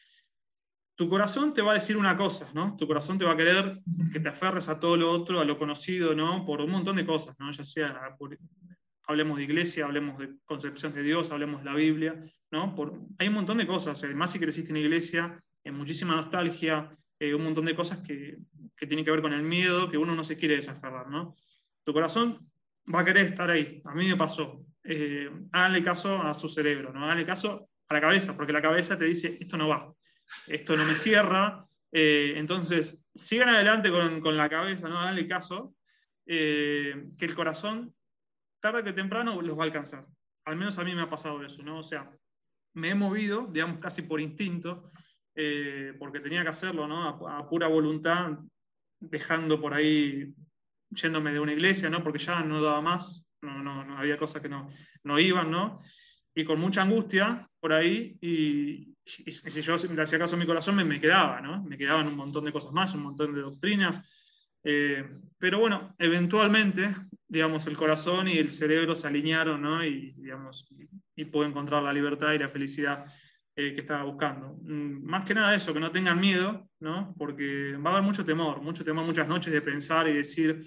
S3: Tu corazón te va a decir una cosa, ¿no? Tu corazón te va a querer que te aferres a todo lo otro, a lo conocido, ¿no? Por un montón de cosas, ¿no? Ya sea, hablemos de iglesia, hablemos de concepción de Dios, hablemos de la Biblia, ¿no? Hay un montón de cosas, más si creciste en iglesia, muchísima nostalgia, un montón de cosas que tienen que ver con el miedo, que uno no se quiere desaferrar, ¿no? Tu corazón va a querer estar ahí. A mí me pasó. Háganle caso a su cerebro, ¿no? Háganle caso a la cabeza, porque la cabeza te dice, esto no va, esto no me cierra. Entonces, sigan adelante con la cabeza, ¿no? Háganle caso, que el corazón, tarde que temprano, los va a alcanzar. Al menos a mí me ha pasado eso, ¿no? O sea, me he movido, digamos, casi por instinto, porque tenía que hacerlo, ¿no? A pura voluntad, dejando por ahí, yéndome de una iglesia, ¿no? Porque ya no daba más, no había cosas que no iban, ¿no? Y con mucha angustia por ahí, y si yo le hacía caso a mi corazón, me quedaba, ¿no? Me quedaban un montón de cosas más, un montón de doctrinas. Pero bueno, eventualmente, digamos, el corazón y el cerebro se alinearon, ¿no? Y, digamos, y pude encontrar la libertad y la felicidad que estaba buscando. Más que nada eso, que no tengan miedo, ¿no? Porque va a haber mucho temor, muchas noches de pensar y decir.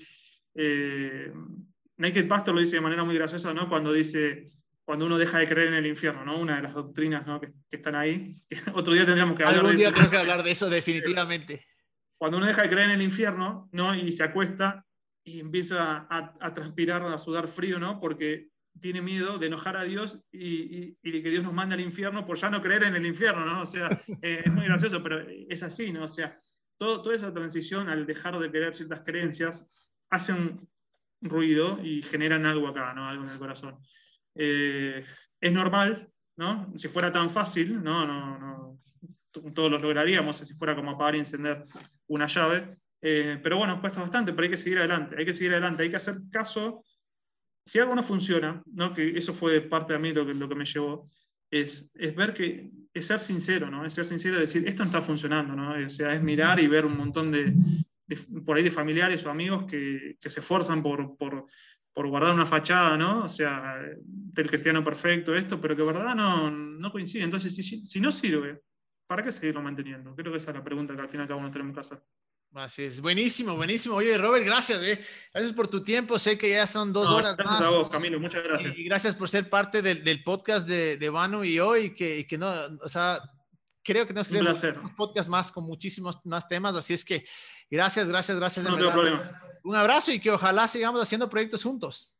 S3: Naked Pastor lo dice de manera muy graciosa, ¿no? Cuando uno deja de creer en el infierno, ¿no? Una de las doctrinas, ¿no? que están ahí. Otro día tendríamos que hablar de
S2: Algún
S3: eso.
S2: día tenemos que hablar de eso definitivamente.
S3: Cuando uno deja de creer en el infierno, ¿no? Y se acuesta y empieza a transpirar, a sudar frío, ¿no? Porque tiene miedo de enojar a Dios y de que Dios nos mande al infierno por ya no creer en el infierno, ¿no? O sea, es muy gracioso, pero es así, ¿no? O sea, toda esa transición al dejar de creer ciertas creencias hacen ruido y generan algo acá, ¿no? Algo en el corazón. Es normal, ¿no? Si fuera tan fácil, no, todos lo lograríamos, si fuera como apagar y encender una llave. Pero bueno, cuesta bastante, pero hay que seguir adelante, hay que hacer caso. Si algo no funciona, ¿no? Que eso fue parte de mí lo que me llevó, es ver que es ser sincero, ¿no? Es ser sincero y decir, esto no está funcionando, ¿no? O sea, es mirar y ver un montón por ahí de familiares o amigos que se esfuerzan por guardar una fachada, ¿no? O sea, del cristiano perfecto, esto, pero que verdad no coincide. Entonces, si no sirve, ¿para qué seguirlo manteniendo? Creo que esa es la pregunta que al final cada uno tenemos que hacer.
S2: Así es, buenísimo, buenísimo. Oye, Robert, gracias, gracias por tu tiempo. Sé que ya son 2 horas
S3: gracias
S2: más.
S3: a vos, Camilo, muchas gracias.
S2: Y gracias por ser parte del podcast de Vanu y hoy, que no, o sea, creo que tenemos que hacer unos podcasts más con muchísimos más temas. Así es que gracias.
S3: No tengo problema.
S2: Un abrazo y que ojalá sigamos haciendo proyectos juntos.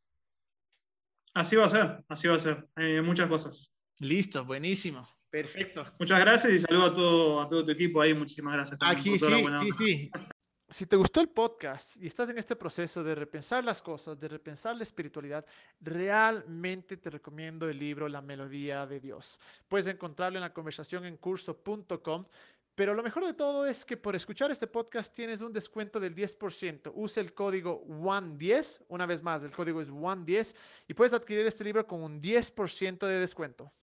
S3: Así va a ser. Muchas cosas.
S2: Listo, buenísimo. Perfecto.
S3: Muchas gracias y saludo a todo tu equipo ahí. Muchísimas gracias también.
S2: Aquí sí.
S1: Si te gustó el podcast y estás en este proceso de repensar las cosas, de repensar la espiritualidad, realmente te recomiendo el libro La Melodía de Dios. Puedes encontrarlo en la conversación en curso.com. Pero lo mejor de todo es que por escuchar este podcast tienes un descuento del 10%. Usa el código WAN10. Una vez más, el código es WAN10 y puedes adquirir este libro con un 10% de descuento.